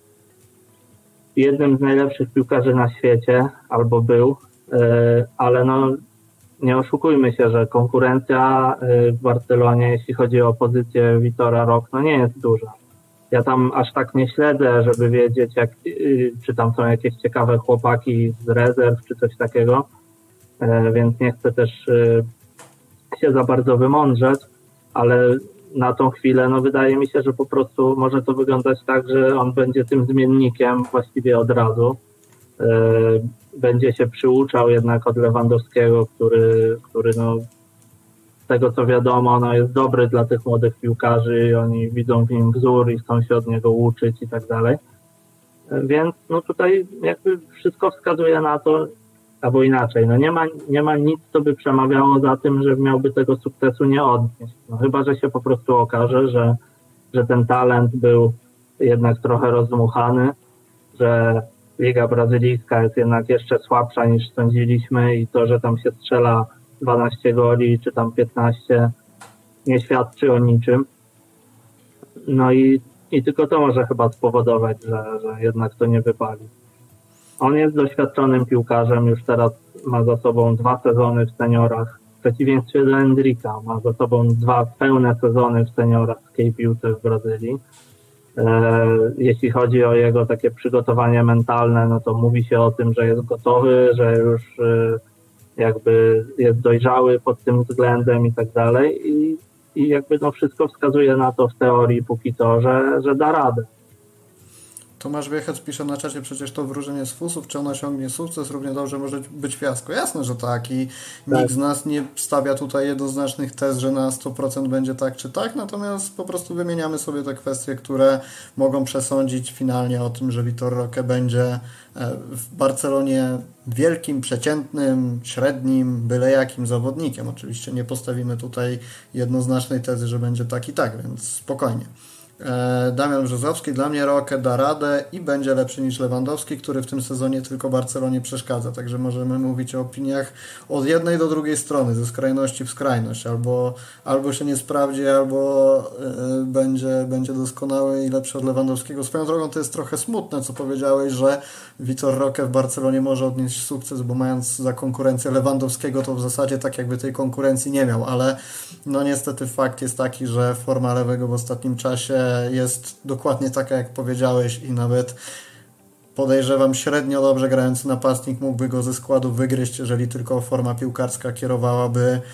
jednym z najlepszych piłkarzy na świecie, albo był, ale no nie oszukujmy się, że konkurencja w Barcelonie, jeśli chodzi o pozycję Vitora Roque, no nie jest duża. Ja tam aż tak nie śledzę, żeby wiedzieć, jak, czy tam są jakieś ciekawe chłopaki z rezerw, czy coś takiego, więc nie chcę też się za bardzo wymądrzeć, ale na tą chwilę no wydaje mi się, że po prostu może to wyglądać tak, że on będzie tym zmiennikiem właściwie od razu. Będzie się przyuczał jednak od Lewandowskiego, który, który no z tego co wiadomo, no jest dobry dla tych młodych piłkarzy, oni widzą w nim wzór i chcą się od niego uczyć i tak dalej. Więc no tutaj jakby wszystko wskazuje na to, albo inaczej, no nie ma, nie ma nic, co by przemawiało za tym, że miałby tego sukcesu nie odnieść. No chyba, że się po prostu okaże, że, że ten talent był jednak trochę rozdmuchany, że Liga Brazylijska jest jednak jeszcze słabsza niż sądziliśmy i to, że tam się strzela dwanaście goli czy tam piętnaście nie świadczy o niczym. No i, i tylko to może chyba spowodować, że, że jednak to nie wypali. On jest doświadczonym piłkarzem, już teraz ma za sobą dwa sezony w seniorach. W przeciwieństwie do Endrika ma za sobą dwa pełne sezony w seniorach w tej piłce w Brazylii. E, jeśli chodzi o jego takie przygotowanie mentalne, no to mówi się o tym, że jest gotowy, że już e, jakby jest dojrzały pod tym względem i tak dalej. I, i jakby no wszystko wskazuje na to w teorii póki co, że, że da radę. Tomasz Wiechec pisze na czacie, przecież to wróżenie z fusów, czy ona osiągnie sukces, równie dobrze może być fiasko. Jasne, że tak i tak. Nikt z nas nie stawia tutaj jednoznacznych tez, że na sto procent będzie tak czy tak, natomiast po prostu wymieniamy sobie te kwestie, które mogą przesądzić finalnie o tym, że Vitor Roque będzie w Barcelonie wielkim, przeciętnym, średnim, byle jakim zawodnikiem. Oczywiście nie postawimy tutaj jednoznacznej tezy, że będzie tak i tak, więc spokojnie. Damian Brzozowski, dla mnie Roque da radę i będzie lepszy niż Lewandowski, który w tym sezonie tylko Barcelonie przeszkadza, także możemy mówić o opiniach od jednej do drugiej strony, ze skrajności w skrajność, albo, albo się nie sprawdzi, albo y, będzie, będzie doskonały i lepszy od Lewandowskiego. Swoją drogą to jest trochę smutne, co powiedziałeś, że Vitor Roque w Barcelonie może odnieść sukces, bo mając za konkurencję Lewandowskiego, to w zasadzie tak jakby tej konkurencji nie miał, ale no niestety fakt jest taki, że forma lewego w ostatnim czasie jest dokładnie taka, jak powiedziałeś i nawet podejrzewam średnio dobrze grający napastnik mógłby go ze składu wygryźć, jeżeli tylko forma piłkarska kierowałaby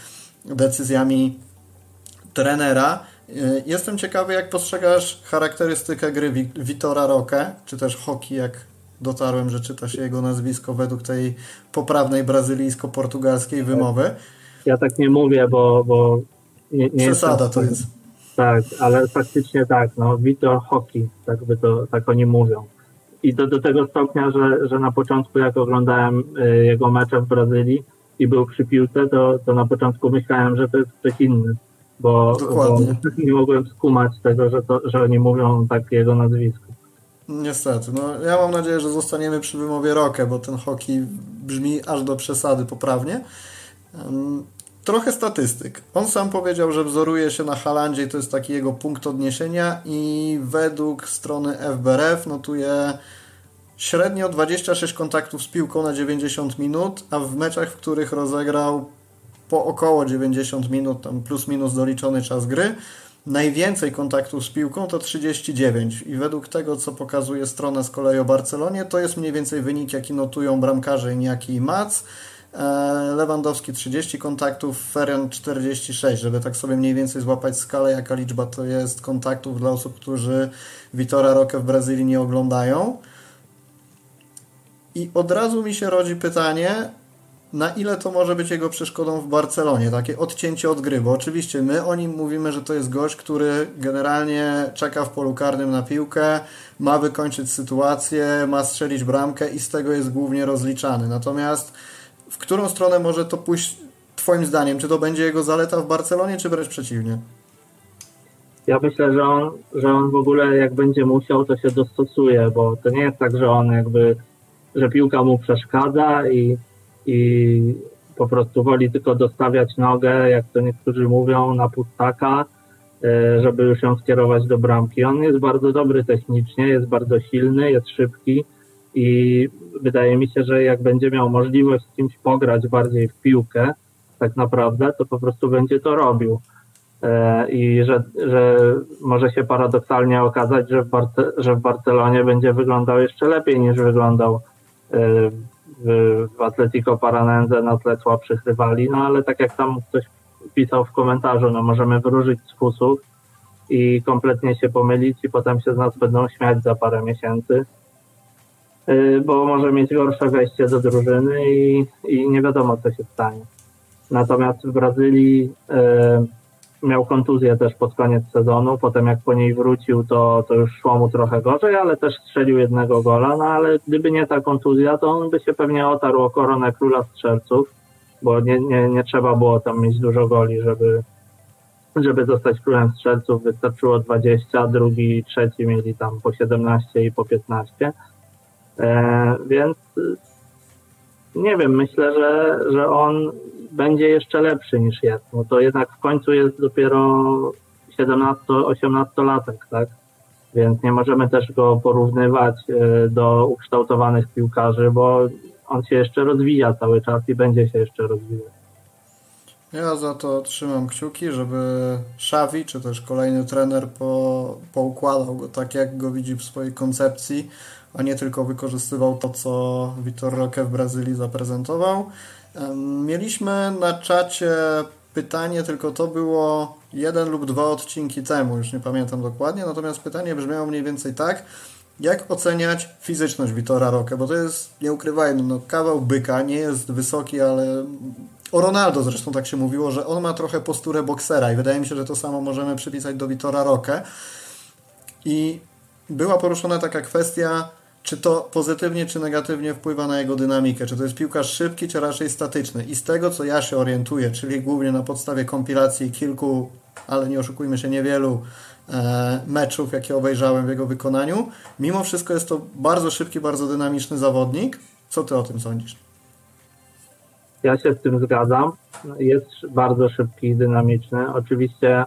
decyzjami trenera. Jestem ciekawy, jak postrzegasz charakterystykę gry Vitora Roque, czy też hockey, jak dotarłem, że czyta się jego nazwisko według tej poprawnej brazylijsko-portugalskiej wymowy. Ja tak nie mówię, bo... bo nie, nie Przesada jestem... to jest. Tak, ale faktycznie tak, no Vitor Hockey, tak by to, tak oni mówią. I do, do tego stopnia, że, że na początku jak oglądałem y, jego mecze w Brazylii i był przy piłce, to, to na początku myślałem, że to jest ktoś inny, bo, bo nie mogłem skumać tego, że, to, że oni mówią tak jego nazwisko. Niestety, no ja mam nadzieję, że zostaniemy przy wymowie Roque, bo ten hockey brzmi aż do przesady poprawnie. Um, Trochę statystyk. On sam powiedział, że wzoruje się na Haalandzie i to jest taki jego punkt odniesienia i według strony F B R F notuje średnio dwadzieścia sześć kontaktów z piłką na dziewięćdziesiąt minut, a w meczach, w których rozegrał po około dziewięćdziesiąt minut, tam plus minus doliczony czas gry, najwięcej kontaktów z piłką to trzydzieści dziewięć i według tego, co pokazuje strona z kolei o Barcelonie, to jest mniej więcej wynik, jaki notują bramkarze Iñaki i Mats. Lewandowski trzydzieści kontaktów, Ferran czterdzieści sześć, żeby tak sobie mniej więcej złapać skalę, jaka liczba to jest kontaktów dla osób, którzy Vitora Roque w Brazylii nie oglądają. I od razu mi się rodzi pytanie, na ile to może być jego przeszkodą w Barcelonie, takie odcięcie od gry, bo oczywiście my o nim mówimy, że to jest gość, który generalnie czeka w polu karnym na piłkę, ma wykończyć sytuację, ma strzelić bramkę i z tego jest głównie rozliczany. Natomiast w którą stronę może to pójść twoim zdaniem? Czy to będzie jego zaleta w Barcelonie, czy wręcz przeciwnie? Ja myślę, że on, że on w ogóle jak będzie musiał, to się dostosuje, bo to nie jest tak, że on jakby, że piłka mu przeszkadza i, i po prostu woli tylko dostawiać nogę, jak to niektórzy mówią, na pustaka, żeby już ją skierować do bramki. On jest bardzo dobry technicznie, jest bardzo silny, jest szybki i wydaje mi się, że jak będzie miał możliwość z kimś pograć bardziej w piłkę, tak naprawdę, to po prostu będzie to robił. I że, że może się paradoksalnie okazać, że w, Barce- że w Barcelonie będzie wyglądał jeszcze lepiej niż wyglądał w, w Atletico Paranense na tle słabszych rywali, no ale tak jak tam ktoś pisał w komentarzu, no możemy wróżyć z fusów i kompletnie się pomylić i potem się z nas będą śmiać za parę miesięcy, bo może mieć gorsze wejście do drużyny i, i nie wiadomo, co się stanie. Natomiast w Brazylii y, miał kontuzję też pod koniec sezonu, potem jak po niej wrócił, to, to już szło mu trochę gorzej, ale też strzelił jednego gola, no ale gdyby nie ta kontuzja, to on by się pewnie otarł o koronę króla strzelców, bo nie, nie, nie trzeba było tam mieć dużo goli, żeby, żeby zostać królem strzelców, wystarczyło dwadzieścia, drugi i trzeci mieli tam po siedemnaście i po piętnaście. E, więc nie wiem, myślę, że, że on będzie jeszcze lepszy niż jest. No to jednak w końcu jest dopiero siedemnasto-osiemnastolatek, tak? Więc nie możemy też go porównywać do ukształtowanych piłkarzy, bo on się jeszcze rozwija cały czas i będzie się jeszcze rozwijać. Ja za to trzymam kciuki, żeby Xavi, czy też kolejny trener po, poukładał go tak, jak go widzi w swojej koncepcji, a nie tylko wykorzystywał to, co Vitor Roque w Brazylii zaprezentował. Mieliśmy na czacie pytanie, tylko to było jeden lub dwa odcinki temu, już nie pamiętam dokładnie, natomiast pytanie brzmiało mniej więcej tak: jak oceniać fizyczność Vitora Roque, bo to jest, nie ukrywajmy, no, kawał byka, nie jest wysoki, ale o Ronaldo zresztą tak się mówiło, że on ma trochę posturę boksera i wydaje mi się, że to samo możemy przypisać do Vitora Roque. I była poruszona taka kwestia, czy to pozytywnie, czy negatywnie wpływa na jego dynamikę, czy to jest piłkarz szybki, czy raczej statyczny. I z tego, co ja się orientuję, czyli głównie na podstawie kompilacji kilku, ale nie oszukujmy się, niewielu e, meczów, jakie obejrzałem w jego wykonaniu, mimo wszystko jest to bardzo szybki, bardzo dynamiczny zawodnik. Co ty o tym sądzisz? Ja się z tym zgadzam. Jest bardzo szybki i dynamiczny. Oczywiście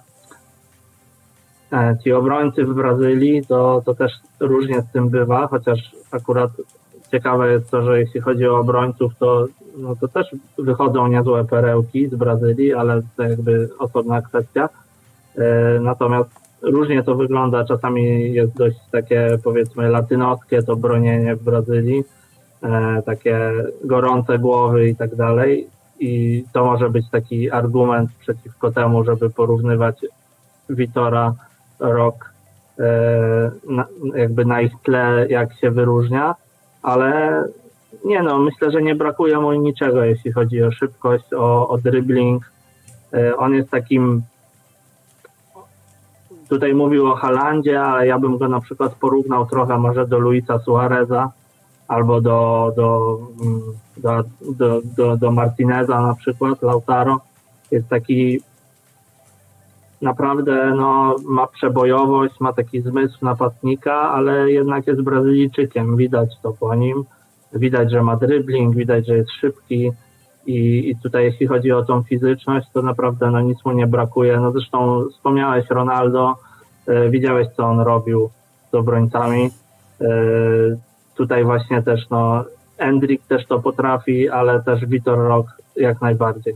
ci obrońcy w Brazylii to, to też różnie z tym bywa, chociaż akurat ciekawe jest to, że jeśli chodzi o obrońców, to, no to też wychodzą niezłe perełki z Brazylii, ale to jakby osobna kwestia. Natomiast różnie to wygląda. Czasami jest dość takie, powiedzmy, latynoskie to bronienie w Brazylii, takie gorące głowy i tak dalej. i to może być taki argument przeciwko temu, żeby porównywać Vitora Roque na, jakby na ich tle, jak się wyróżnia, ale nie no, myślę, że nie brakuje mu niczego, jeśli chodzi o szybkość, o, o dribbling. On jest takim, tutaj mówił o Haalandzie, ale ja bym go na przykład porównał trochę może do Luisa Suareza albo do, do, do, do, do, do Martineza na przykład, Lautaro. Jest taki naprawdę, no, ma przebojowość, ma taki zmysł napastnika, ale jednak jest Brazylijczykiem, widać to po nim. Widać, że ma dribbling, widać, że jest szybki i, i tutaj jeśli chodzi o tą fizyczność, to naprawdę no, nic mu nie brakuje. No zresztą wspomniałeś Ronaldo, e, widziałeś co on robił z obrońcami. E, tutaj właśnie też no Endrick też to potrafi, ale też Vitor Roque jak najbardziej.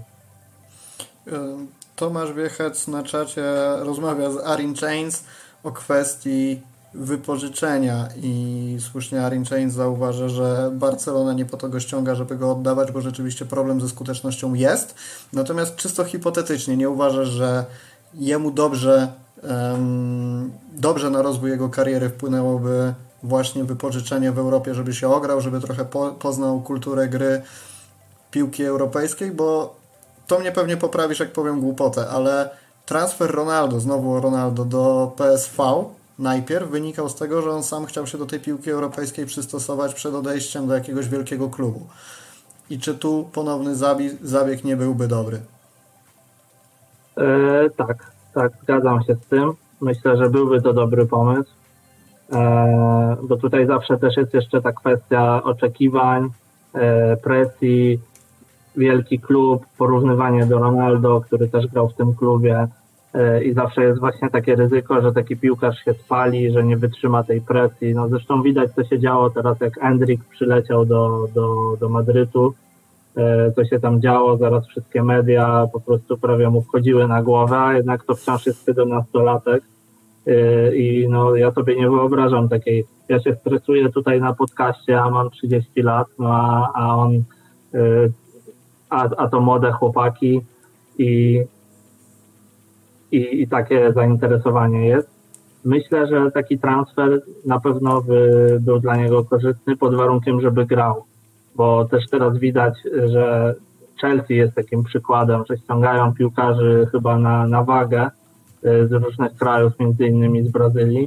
Tomasz Wiechec na czacie rozmawia z Arin Chains o kwestii wypożyczenia i słusznie Arin Chains zauważa, że Barcelona nie po to go ściąga, żeby go oddawać, bo rzeczywiście problem ze skutecznością jest. Natomiast czysto hipotetycznie nie uważasz, że jemu dobrze um, dobrze na rozwój jego kariery wpłynęłoby właśnie wypożyczenie w Europie, żeby się ograł, żeby trochę po, poznał kulturę gry piłki europejskiej, bo to mnie pewnie poprawisz, jak powiem głupotę, ale transfer Ronaldo, znowu Ronaldo do P S V najpierw wynikał z tego, że on sam chciał się do tej piłki europejskiej przystosować przed odejściem do jakiegoś wielkiego klubu. I czy tu ponowny zabieg, zabieg nie byłby dobry? E, tak, tak, zgadzam się z tym. Myślę, że byłby to dobry pomysł, e, bo tutaj zawsze też jest jeszcze ta kwestia oczekiwań, e, presji, wielki klub, porównywanie do Ronaldo, który też grał w tym klubie e, i zawsze jest właśnie takie ryzyko, że taki piłkarz się spali, że nie wytrzyma tej presji. No zresztą widać, co się działo teraz, jak Endrick przyleciał do, do, do Madrytu, e, co się tam działo, zaraz wszystkie media po prostu prawie mu wchodziły na głowę, a jednak to wciąż jest siedemnastolatek e, i no ja sobie nie wyobrażam takiej, ja się stresuję tutaj na podcaście, a mam trzydzieści lat, no a, a on e, A, a to młode chłopaki i, i, i takie zainteresowanie jest. Myślę, że taki transfer na pewno by był dla niego korzystny pod warunkiem, żeby grał, bo też teraz widać, że Chelsea jest takim przykładem, że ściągają piłkarzy chyba na, na wagę z różnych krajów, między innymi z Brazylii,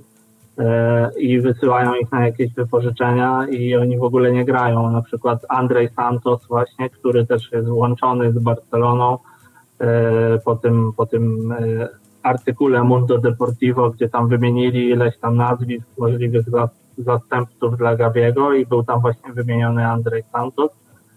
i wysyłają ich na jakieś wypożyczenia i oni w ogóle nie grają. Na przykład Andrej Santos właśnie, który też jest łączony z Barceloną po tym, po tym artykule Mundo Deportivo, gdzie tam wymienili ileś tam nazwisk możliwych zastępców dla Gaviego i był tam właśnie wymieniony Andrej Santos,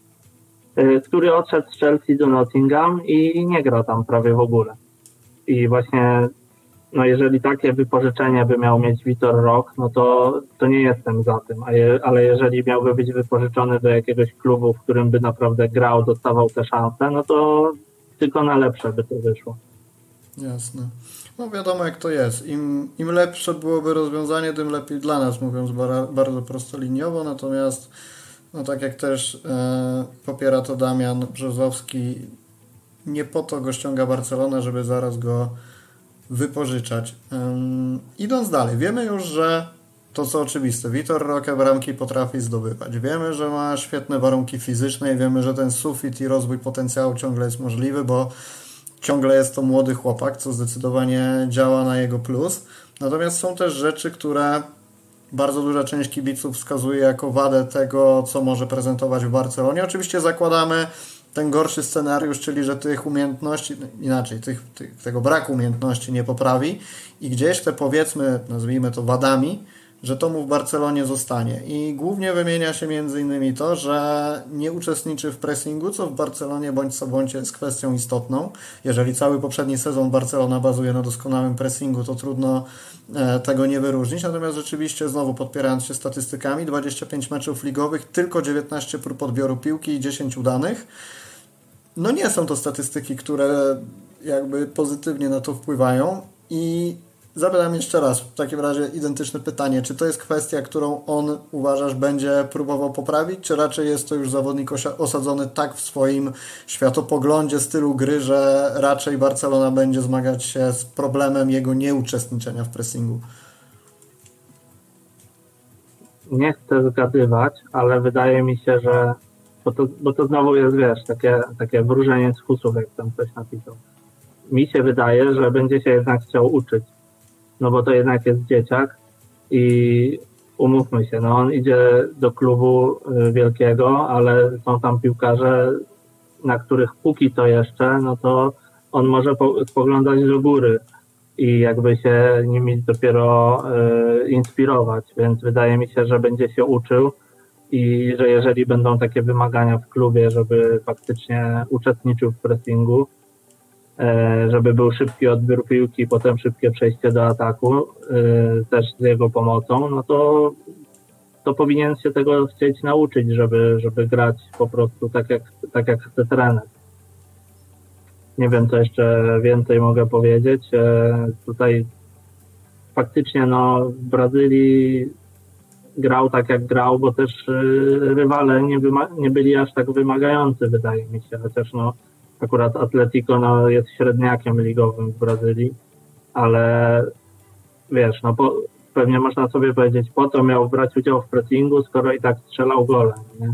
który odszedł z Chelsea do Nottingham i nie gra tam prawie w ogóle. I właśnie no jeżeli takie wypożyczenie by miał mieć Vitor Roque, no to, to nie jestem za tym, a je, ale jeżeli miałby być wypożyczony do jakiegoś klubu, w którym by naprawdę grał, dostawał te szanse, no to tylko na lepsze by to wyszło. Jasne. No wiadomo jak to jest. Im, im lepsze byłoby rozwiązanie, tym lepiej dla nas, mówiąc bar- bardzo prostoliniowo, natomiast no tak jak też e, popiera to Damian Brzozowski, nie po to go ściąga Barcelona, żeby zaraz go wypożyczać. Um, idąc dalej, wiemy już, że to co oczywiste, Vitor Roque bramki potrafi zdobywać. Wiemy, że ma świetne warunki fizyczne i wiemy, że ten sufit i rozwój potencjału ciągle jest możliwy, bo ciągle jest to młody chłopak, co zdecydowanie działa na jego plus. Natomiast są też rzeczy, które bardzo duża część kibiców wskazuje jako wadę tego, co może prezentować w Barcelonie. Oczywiście zakładamy ten gorszy scenariusz, czyli że tych umiejętności, inaczej, tych, tych, tego braku umiejętności nie poprawi i gdzieś te, powiedzmy, nazwijmy to wadami, że to mu w Barcelonie zostanie. I głównie wymienia się między innymi to, że nie uczestniczy w pressingu, co w Barcelonie bądź co bądź jest kwestią istotną. Jeżeli cały poprzedni sezon Barcelona bazuje na doskonałym pressingu, to trudno e, tego nie wyróżnić. Natomiast rzeczywiście, znowu podpierając się statystykami, dwadzieścia pięć meczów ligowych, tylko dziewiętnaście prób odbioru piłki i dziesięć udanych. No nie są to statystyki, które jakby pozytywnie na to wpływają i Zapytam jeszcze raz, w takim razie identyczne pytanie. Czy to jest kwestia, którą on, uważasz, będzie próbował poprawić, czy raczej jest to już zawodnik osadzony tak w swoim światopoglądzie, stylu gry, że raczej Barcelona będzie zmagać się z problemem jego nieuczestniczenia w pressingu? Nie chcę zgadywać, ale wydaje mi się, że bo to, bo to znowu jest, wiesz, takie, takie wróżenie z fusów, jak tam ktoś napisał. Mi się wydaje, że będzie się jednak chciał uczyć, no bo to jednak jest dzieciak i umówmy się, no on idzie do klubu wielkiego, ale są tam piłkarze, na których póki to jeszcze, no to on może po, spoglądać do góry i jakby się nimi dopiero y, inspirować, więc wydaje mi się, że będzie się uczył i że jeżeli będą takie wymagania w klubie, żeby faktycznie uczestniczył w pressingu, y, żeby był szybki odbiór piłki, potem szybkie przejście do ataku, y, też z jego pomocą, no to, to powinien się tego chcieć nauczyć, żeby, żeby grać po prostu tak jak, tak jak chce trener. Nie wiem, co jeszcze więcej mogę powiedzieć. Tutaj faktycznie no, w Brazylii grał tak jak grał, bo też rywale nie, wyma- nie byli aż tak wymagający, wydaje mi się. Chociaż no, akurat Atletico no, jest średniakiem ligowym w Brazylii, ale wiesz, no po, pewnie można sobie powiedzieć, po co miał brać udział w pressingu, skoro i tak strzelał gole, nie?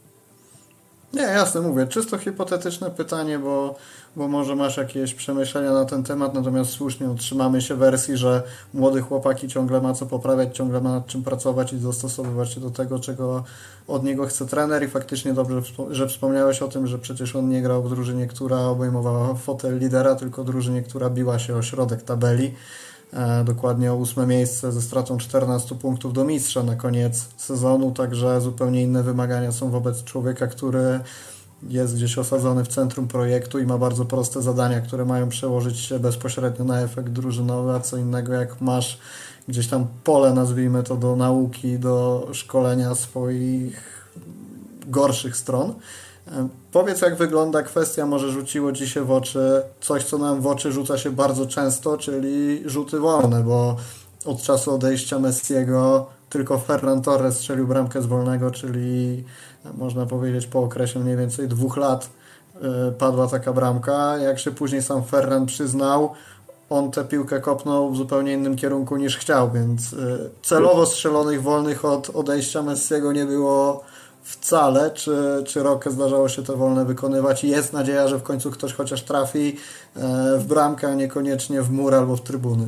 Nie, jasne, mówię, czysto hipotetyczne pytanie, bo, bo może masz jakieś przemyślenia na ten temat, natomiast słusznie trzymamy się wersji, że młody chłopaki ciągle ma co poprawiać, ciągle ma nad czym pracować i dostosowywać się do tego, czego od niego chce trener i faktycznie dobrze, że wspomniałeś o tym, że przecież on nie grał w drużynie, która obejmowała fotel lidera, tylko drużynie, która biła się o środek tabeli. Dokładnie o ósme miejsce ze stratą czternastu punktów do mistrza na koniec sezonu, także zupełnie inne wymagania są wobec człowieka, który jest gdzieś osadzony w centrum projektu i ma bardzo proste zadania, które mają przełożyć się bezpośrednio na efekt drużynowy, a co innego jak masz gdzieś tam pole, nazwijmy to, do nauki, do szkolenia swoich gorszych stron. Powiedz, jak wygląda kwestia, może rzuciło Ci się w oczy coś, co nam w oczy rzuca się bardzo często, czyli rzuty wolne, bo od czasu odejścia Messiego tylko Ferran Torres strzelił bramkę z wolnego, czyli można powiedzieć po okresie mniej więcej dwóch lat padła taka bramka. Jak się później sam Ferran przyznał, on tę piłkę kopnął w zupełnie innym kierunku niż chciał, więc celowo strzelonych wolnych od odejścia Messiego nie było wcale. Czy, czy Roque zdarzało się te wolne wykonywać i jest nadzieja, że w końcu ktoś chociaż trafi w bramkę, a niekoniecznie w mur albo w trybuny?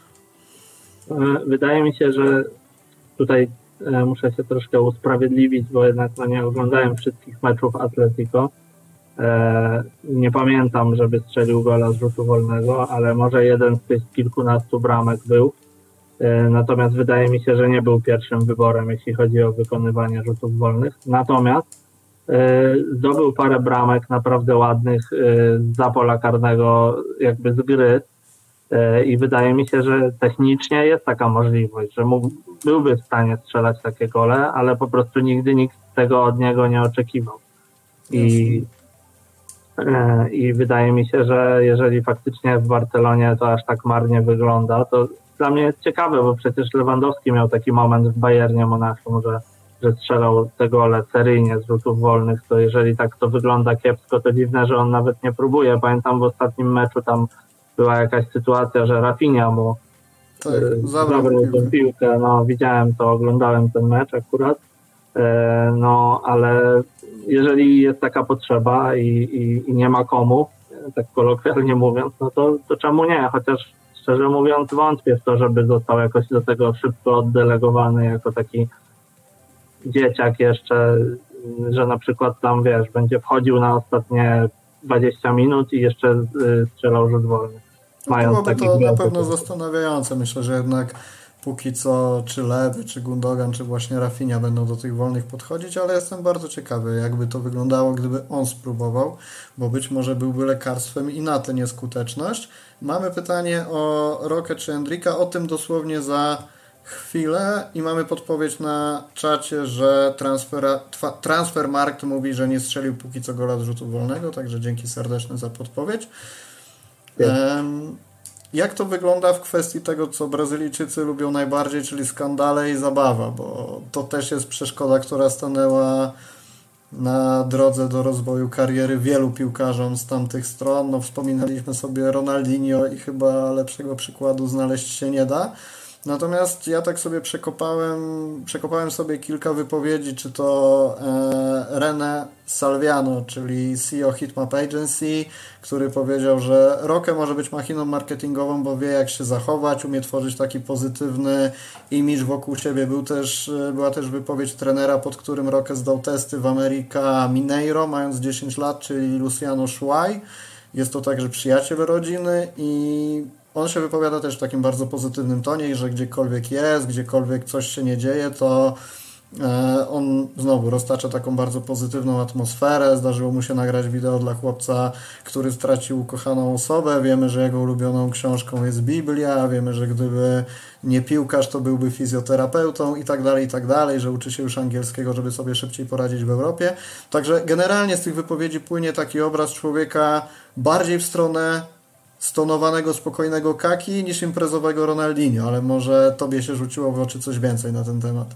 Wydaje mi się, że tutaj muszę się troszkę usprawiedliwić, bo jednak no, nie oglądałem wszystkich meczów Atletico. Nie pamiętam, żeby strzelił gola z rzutu wolnego, ale może jeden z tych kilkunastu bramek był. Natomiast wydaje mi się, że nie był pierwszym wyborem, jeśli chodzi o wykonywanie rzutów wolnych. Natomiast zdobył parę bramek naprawdę ładnych za pola karnego, jakby z gry. I wydaje mi się, że technicznie jest taka możliwość, że mógł, byłby w stanie strzelać takie gole, ale po prostu nigdy nikt tego od niego nie oczekiwał. I, i wydaje mi się, że jeżeli faktycznie w Barcelonie to aż tak marnie wygląda, to dla mnie jest ciekawe, bo przecież Lewandowski miał taki moment w Bayernie Monachium, że, że strzelał te gole seryjnie z rzutów wolnych, to jeżeli tak to wygląda kiepsko, to dziwne, że on nawet nie próbuje. Pamiętam w ostatnim meczu tam była jakaś sytuacja, że Rafinha mu tak, zabrał tę piłkę. No, widziałem to, oglądałem ten mecz akurat. E, no, ale jeżeli jest taka potrzeba i, i, i nie ma komu, tak kolokwialnie mówiąc, no to, to czemu nie? Chociaż szczerze mówiąc wątpię w to, żeby został jakoś do tego szybko oddelegowany jako taki dzieciak jeszcze, że na przykład tam, wiesz, będzie wchodził na ostatnie dwadzieścia minut i jeszcze strzelał rzut wolny. Byłoby to na pewno zastanawiające. Myślę, że jednak póki co czy Lewy, czy Gundogan, czy właśnie Rafinha będą do tych wolnych podchodzić, ale jestem bardzo ciekawy, jakby to wyglądało, gdyby on spróbował, bo być może byłby lekarstwem i na tę nieskuteczność. Mamy pytanie o Roque czy Endricka, o tym dosłownie za chwilę i mamy podpowiedź na czacie, że transfera, Transfermarkt mówi, że nie strzelił póki co gola z rzutu wolnego, także dzięki serdeczne za podpowiedź. Um, jak to wygląda w kwestii tego, co Brazylijczycy lubią najbardziej, czyli skandale i zabawa, bo to też jest przeszkoda, która stanęła na drodze do rozwoju kariery wielu piłkarzom z tamtych stron. No, wspominaliśmy sobie Ronaldinho i chyba lepszego przykładu znaleźć się nie da. Natomiast ja tak sobie przekopałem, przekopałem sobie kilka wypowiedzi, czy to e, René Salviano, czyli C E O Hitmap Agency, który powiedział, że Roque może być machiną marketingową, bo wie jak się zachować, umie tworzyć taki pozytywny imidż wokół siebie. Był też, była też wypowiedź trenera, pod którym Roque zdał testy w América Mineiro, mając dziesięć lat, czyli Luciano Schuai. Jest to także przyjaciel rodziny i on się wypowiada też w takim bardzo pozytywnym tonie, że gdziekolwiek jest, gdziekolwiek coś się nie dzieje, to on znowu roztacza taką bardzo pozytywną atmosferę. Zdarzyło mu się nagrać wideo dla chłopca, który stracił ukochaną osobę. Wiemy, że jego ulubioną książką jest Biblia. Wiemy, że gdyby nie piłkarz, to byłby fizjoterapeutą i tak dalej, i tak dalej, że uczy się już angielskiego, żeby sobie szybciej poradzić w Europie. Także generalnie z tych wypowiedzi płynie taki obraz człowieka bardziej w stronę stonowanego, spokojnego Kaki niż imprezowego Ronaldinho, ale może tobie się rzuciło w oczy coś więcej na ten temat.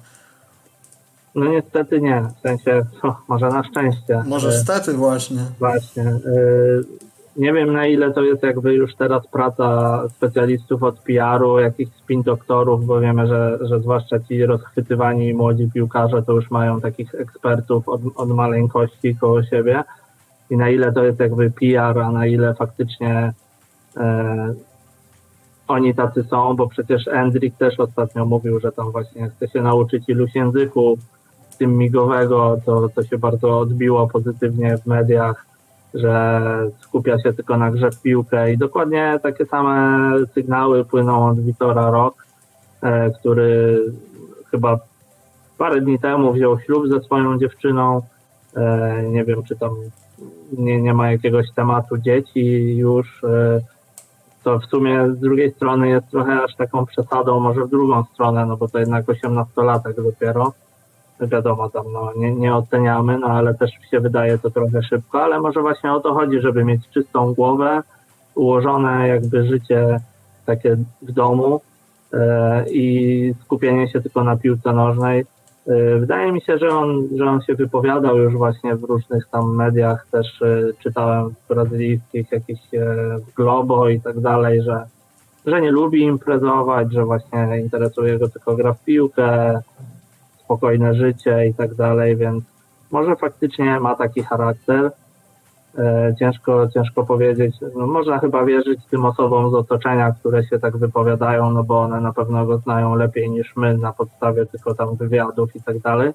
No niestety nie, w sensie, o, może na szczęście. Może stety właśnie. Właśnie. Nie wiem, na ile to jest jakby już teraz praca specjalistów od P R-u, jakichś spin doktorów, bo wiemy, że, że zwłaszcza ci rozchwytywani młodzi piłkarze to już mają takich ekspertów od, od maleńkości koło siebie i na ile to jest jakby P R, a na ile faktycznie e, oni tacy są, bo przecież Endrick też ostatnio mówił, że tam właśnie chce się nauczyć iluś języków, w tym migowego, to, to się bardzo odbiło pozytywnie w mediach, że skupia się tylko na grze w piłkę i dokładnie takie same sygnały płyną od Vitora Roque, e, który chyba parę dni temu wziął ślub ze swoją dziewczyną, e, nie wiem, czy tam nie, nie ma jakiegoś tematu dzieci już, e, to w sumie z drugiej strony jest trochę aż taką przesadą, może w drugą stronę, no bo to jednak osiemnastolatek dopiero. Wiadomo, tam no, nie, nie oceniamy, no ale też się wydaje to trochę szybko, ale może właśnie o to chodzi, żeby mieć czystą głowę, ułożone jakby życie takie w domu e, i skupienie się tylko na piłce nożnej. E, wydaje mi się, że on, że on się wypowiadał już właśnie w różnych tam mediach, też e, czytałem w brazylijskich, jakichś e, w Globo i tak dalej, że, że nie lubi imprezować, że właśnie interesuje go tylko gra w piłkę, spokojne życie i tak dalej, więc może faktycznie ma taki charakter. E, ciężko, ciężko powiedzieć. No, można chyba wierzyć tym osobom z otoczenia, które się tak wypowiadają, no bo one na pewno go znają lepiej niż my na podstawie tylko tam wywiadów i tak dalej.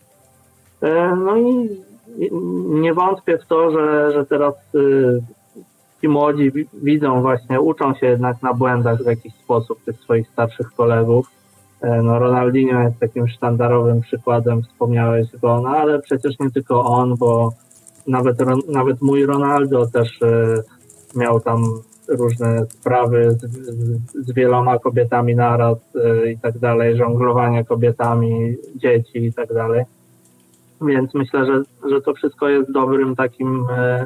E, no i nie wątpię w to, że, że teraz y, ci młodzi widzą właśnie, uczą się jednak na błędach w jakiś sposób tych swoich starszych kolegów. No Ronaldinho jest takim sztandarowym przykładem, wspomniałeś go, no ale przecież nie tylko on, bo nawet, nawet mój Ronaldo też y, miał tam różne sprawy z, z, z wieloma kobietami naraz y, i tak dalej, żonglowanie kobietami, dzieci i tak dalej. Więc myślę, że, że to wszystko jest dobrym takim y,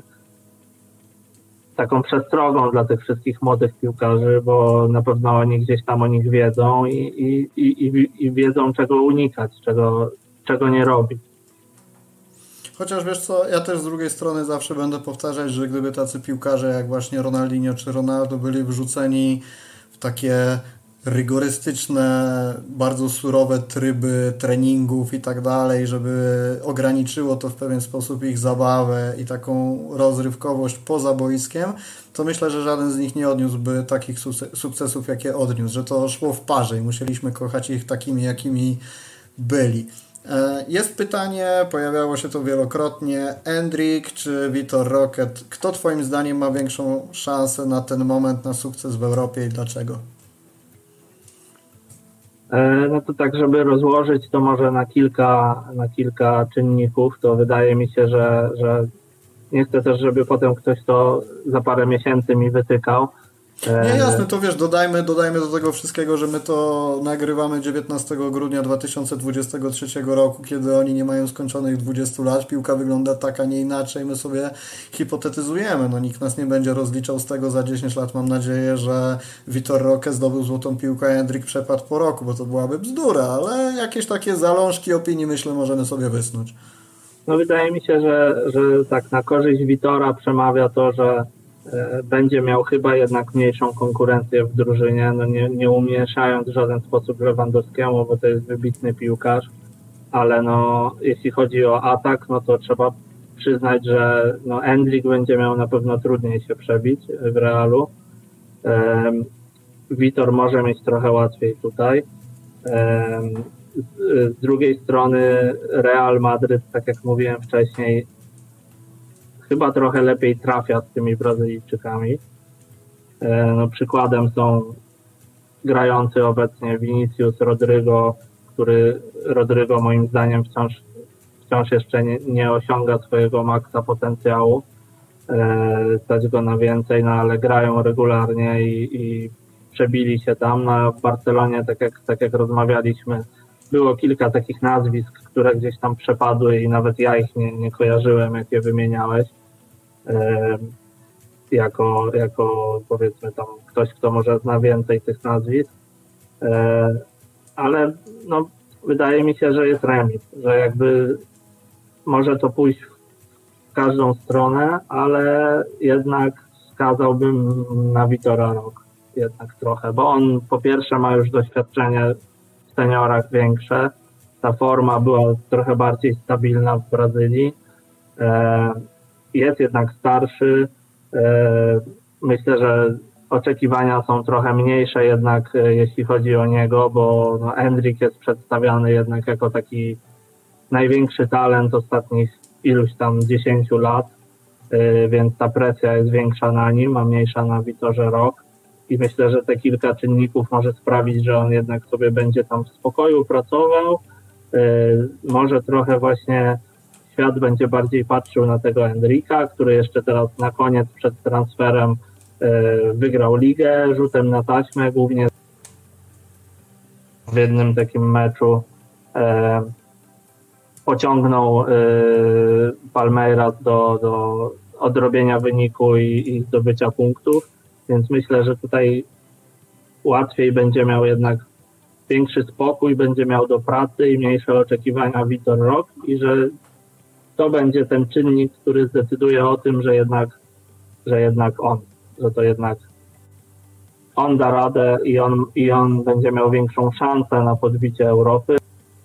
taką przestrogą dla tych wszystkich młodych piłkarzy, bo na pewno oni gdzieś tam o nich wiedzą i, i, i, i wiedzą, czego unikać, czego, czego nie robić. Chociaż wiesz co, ja też z drugiej strony zawsze będę powtarzać, że gdyby tacy piłkarze jak właśnie Ronaldinho czy Ronaldo byli wrzuceni w takie rygorystyczne, bardzo surowe tryby treningów i tak dalej, żeby ograniczyło to w pewien sposób ich zabawę i taką rozrywkowość poza boiskiem, to myślę, że żaden z nich nie odniósłby takich sukcesów, jakie odniósł, że to szło w parze i musieliśmy kochać ich takimi, jakimi byli. Jest pytanie, pojawiało się to wielokrotnie, Endrick czy Vitor Roque, kto twoim zdaniem ma większą szansę na ten moment na sukces w Europie i dlaczego? No to tak, żeby rozłożyć to może na kilka, na kilka czynników, to wydaje mi się, że, że nie chcę też, żeby potem ktoś to za parę miesięcy mi wytykał, Nie, jasne, to wiesz, dodajmy, dodajmy do tego wszystkiego, że my to nagrywamy dziewiętnastego grudnia dwa tysiące dwudziestego trzeciego roku, kiedy oni nie mają skończonych dwudziestu lat, piłka wygląda tak, a nie inaczej, my sobie hipotetyzujemy, no nikt nas nie będzie rozliczał z tego za dziesięć lat, mam nadzieję, że Vitor Roque zdobył złotą piłkę, a Endrick przepadł po roku, bo to byłaby bzdura, ale jakieś takie zalążki opinii, myślę, możemy sobie wysnuć. No wydaje mi się, że, że tak na korzyść Vitora przemawia to, że będzie miał chyba jednak mniejszą konkurencję w drużynie, no nie, nie umniejszając w żaden sposób Lewandowskiemu, bo to jest wybitny piłkarz, ale no jeśli chodzi o atak, no to trzeba przyznać, że no Endrick będzie miał na pewno trudniej się przebić w Realu. Um, Vitor może mieć trochę łatwiej tutaj. Um, z, z drugiej strony Real Madryt, tak jak mówiłem wcześniej, chyba trochę lepiej trafia z tymi Brazylijczykami. No, przykładem są grający obecnie Vinicius, Rodrygo, który Rodrygo moim zdaniem wciąż, wciąż jeszcze nie, nie osiąga swojego maksa potencjału. Stać go na więcej, no ale grają regularnie i, i przebili się tam. No, w Barcelonie, tak jak, tak jak rozmawialiśmy, było kilka takich nazwisk, które gdzieś tam przepadły i nawet ja ich nie, nie kojarzyłem, jak je wymieniałeś. E, jako, jako powiedzmy tam ktoś, kto może zna więcej tych nazwisk. E, ale no, wydaje mi się, że jest remis, że jakby może to pójść w każdą stronę, ale jednak wskazałbym na Vitora Roque jednak trochę, bo on po pierwsze ma już doświadczenie w seniorach większe, ta forma była trochę bardziej stabilna w Brazylii, jest jednak starszy, myślę, że oczekiwania są trochę mniejsze jednak jeśli chodzi o niego, bo no Endrick jest przedstawiany jednak jako taki największy talent ostatnich iluś tam dziesięciu lat, więc ta presja jest większa na nim, a mniejsza na Vitorze Roque. I myślę, że te kilka czynników może sprawić, że on jednak sobie będzie tam w spokoju pracował. Może trochę właśnie świat będzie bardziej patrzył na tego Endricka, który jeszcze teraz na koniec przed transferem wygrał ligę rzutem na taśmę, głównie w jednym takim meczu pociągnął Palmeiras do, do odrobienia wyniku i, i zdobycia punktów. Więc myślę, że tutaj łatwiej będzie miał jednak większy spokój, będzie miał do pracy i mniejsze oczekiwania Vitor Roque i że to będzie ten czynnik, który zdecyduje o tym, że jednak, że jednak on, że to jednak on da radę i on, i on będzie miał większą szansę na podbicie Europy.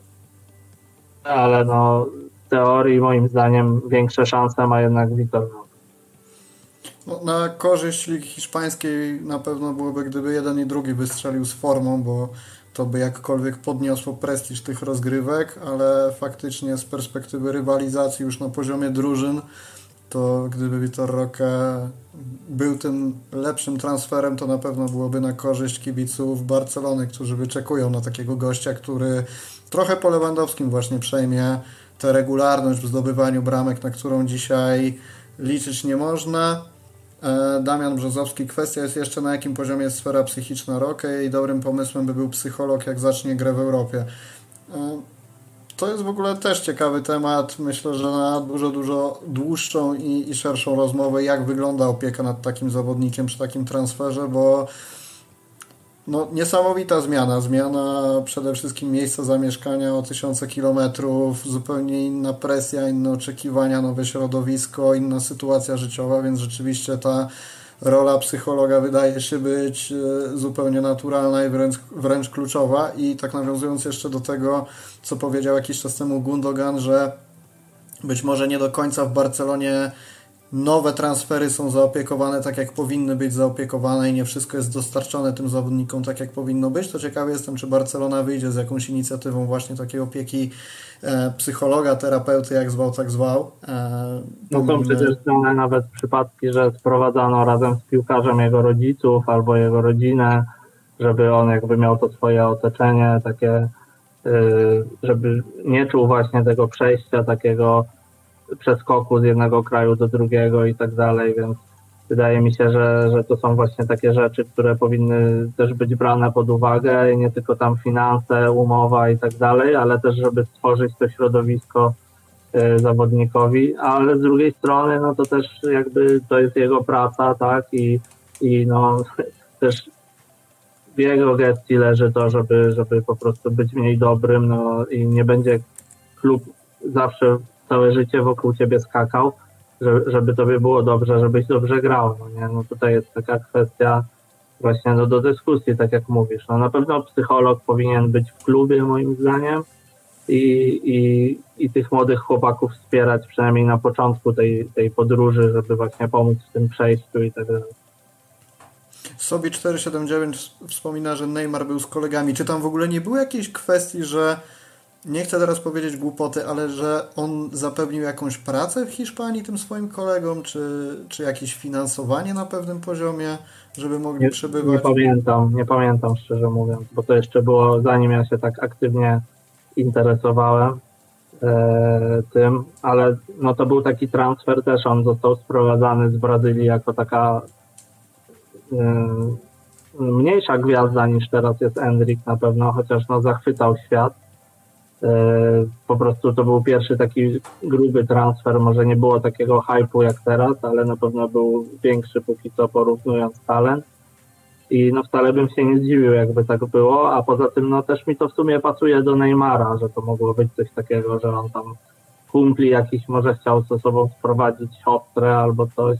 Ale no, w teorii moim zdaniem większe szanse ma jednak Vitor Roque. No, na korzyść Ligi Hiszpańskiej na pewno byłoby, gdyby jeden i drugi wystrzelił z formą, bo to by jakkolwiek podniosło prestiż tych rozgrywek, ale faktycznie z perspektywy rywalizacji już na poziomie drużyn, to gdyby Vitor Roque był tym lepszym transferem, to na pewno byłoby na korzyść kibiców Barcelony, którzy wyczekują na takiego gościa, który trochę po Lewandowskim właśnie przejmie tę regularność w zdobywaniu bramek, na którą dzisiaj liczyć nie można. Damian Brzozowski, kwestia jest jeszcze, na jakim poziomie jest sfera psychiczna Roque i dobrym pomysłem by był psycholog, jak zacznie grę w Europie. To jest w ogóle też ciekawy temat. Myślę, że na dużo, dużo dłuższą i, i szerszą rozmowę, jak wygląda opieka nad takim zawodnikiem przy takim transferze, bo no, niesamowita zmiana. Zmiana przede wszystkim miejsca zamieszkania o tysiące kilometrów, zupełnie inna presja, inne oczekiwania, nowe środowisko, inna sytuacja życiowa, więc rzeczywiście ta rola psychologa wydaje się być zupełnie naturalna i wręcz, wręcz kluczowa. I tak nawiązując jeszcze do tego, co powiedział jakiś czas temu Gundogan, że być może nie do końca w Barcelonie nowe transfery są zaopiekowane tak, jak powinny być zaopiekowane i nie wszystko jest dostarczone tym zawodnikom tak, jak powinno być, to ciekawy jestem, czy Barcelona wyjdzie z jakąś inicjatywą właśnie takiej opieki e, psychologa, terapeuty, jak zwał, tak zwał. E, no są przecież znane nawet przypadki, że sprowadzano razem z piłkarzem jego rodziców albo jego rodzinę, żeby on jakby miał to swoje otoczenie takie, y, żeby nie czuł właśnie tego przejścia takiego przeskoku z jednego kraju do drugiego i tak dalej, więc wydaje mi się, że, że to są właśnie takie rzeczy, które powinny też być brane pod uwagę, nie tylko tam finanse, umowa i tak dalej, ale też żeby stworzyć to środowisko zawodnikowi, ale z drugiej strony no to też jakby to jest jego praca, tak, i, i no też w jego gestii leży to, żeby, żeby po prostu być mniej dobrym, no i nie będzie klub zawsze całe życie wokół ciebie skakał, żeby tobie było dobrze, żebyś dobrze grał, no nie, no tutaj jest taka kwestia właśnie no do dyskusji, tak jak mówisz, no na pewno psycholog powinien być w klubie moim zdaniem, I, i, i tych młodych chłopaków wspierać przynajmniej na początku tej, tej podróży, żeby właśnie pomóc w tym przejściu i tak dalej. Sobi cztery siedem dziewięć wspomina, że Neymar był z kolegami. Czy tam w ogóle nie było jakiejś kwestii, że nie chcę teraz powiedzieć głupoty, ale że on zapewnił jakąś pracę w Hiszpanii tym swoim kolegom, czy, czy jakieś finansowanie na pewnym poziomie, żeby mogli nie, przebywać? Nie pamiętam, nie pamiętam szczerze mówiąc, bo to jeszcze było zanim ja się tak aktywnie interesowałem e, tym, ale no to był taki transfer też, on został sprowadzany z Brazylii jako taka e, mniejsza gwiazda niż teraz jest Endrick na pewno, chociaż no zachwycał świat. E, po prostu to był pierwszy taki gruby transfer, może nie było takiego hype'u jak teraz, ale na pewno był większy póki co porównując talent. I no wcale bym się nie zdziwił, jakby tak było, a poza tym no też mi to w sumie pasuje do Neymara, że to mogło być coś takiego, że on tam kumpli jakiś może chciał ze sobą sprowadzić siostrę albo coś.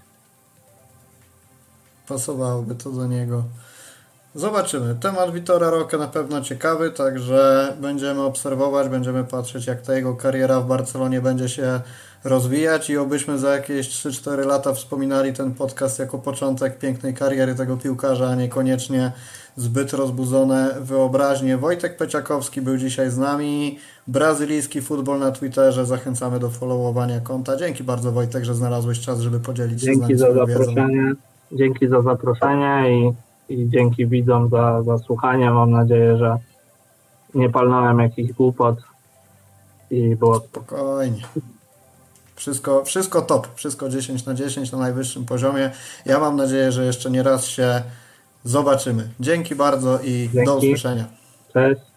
Pasowałoby to do niego. Zobaczymy. Temat Vitora Roque na pewno ciekawy, także będziemy obserwować, będziemy patrzeć, jak ta jego kariera w Barcelonie będzie się rozwijać i obyśmy za jakieś trzy cztery lata wspominali ten podcast jako początek pięknej kariery tego piłkarza, a niekoniecznie zbyt rozbudzone wyobraźnie. Wojtek Peciakowski był dzisiaj z nami. Brazylijski futbol na Twitterze. Zachęcamy do followowania konta. Dzięki bardzo, Wojtek, że znalazłeś czas, żeby podzielić się dzięki z nami za swoją zaproszenie. wiedzą. Dzięki za zaproszenie i, i dzięki widzom za, za słuchanie. Mam nadzieję, że nie palnąłem jakichś głupot i było spokojnie. Wszystko, wszystko top, wszystko dziesięć na dziesięć na najwyższym poziomie. Ja mam nadzieję, że jeszcze nie raz się zobaczymy. Dzięki bardzo i Dzięki. do usłyszenia. Cześć.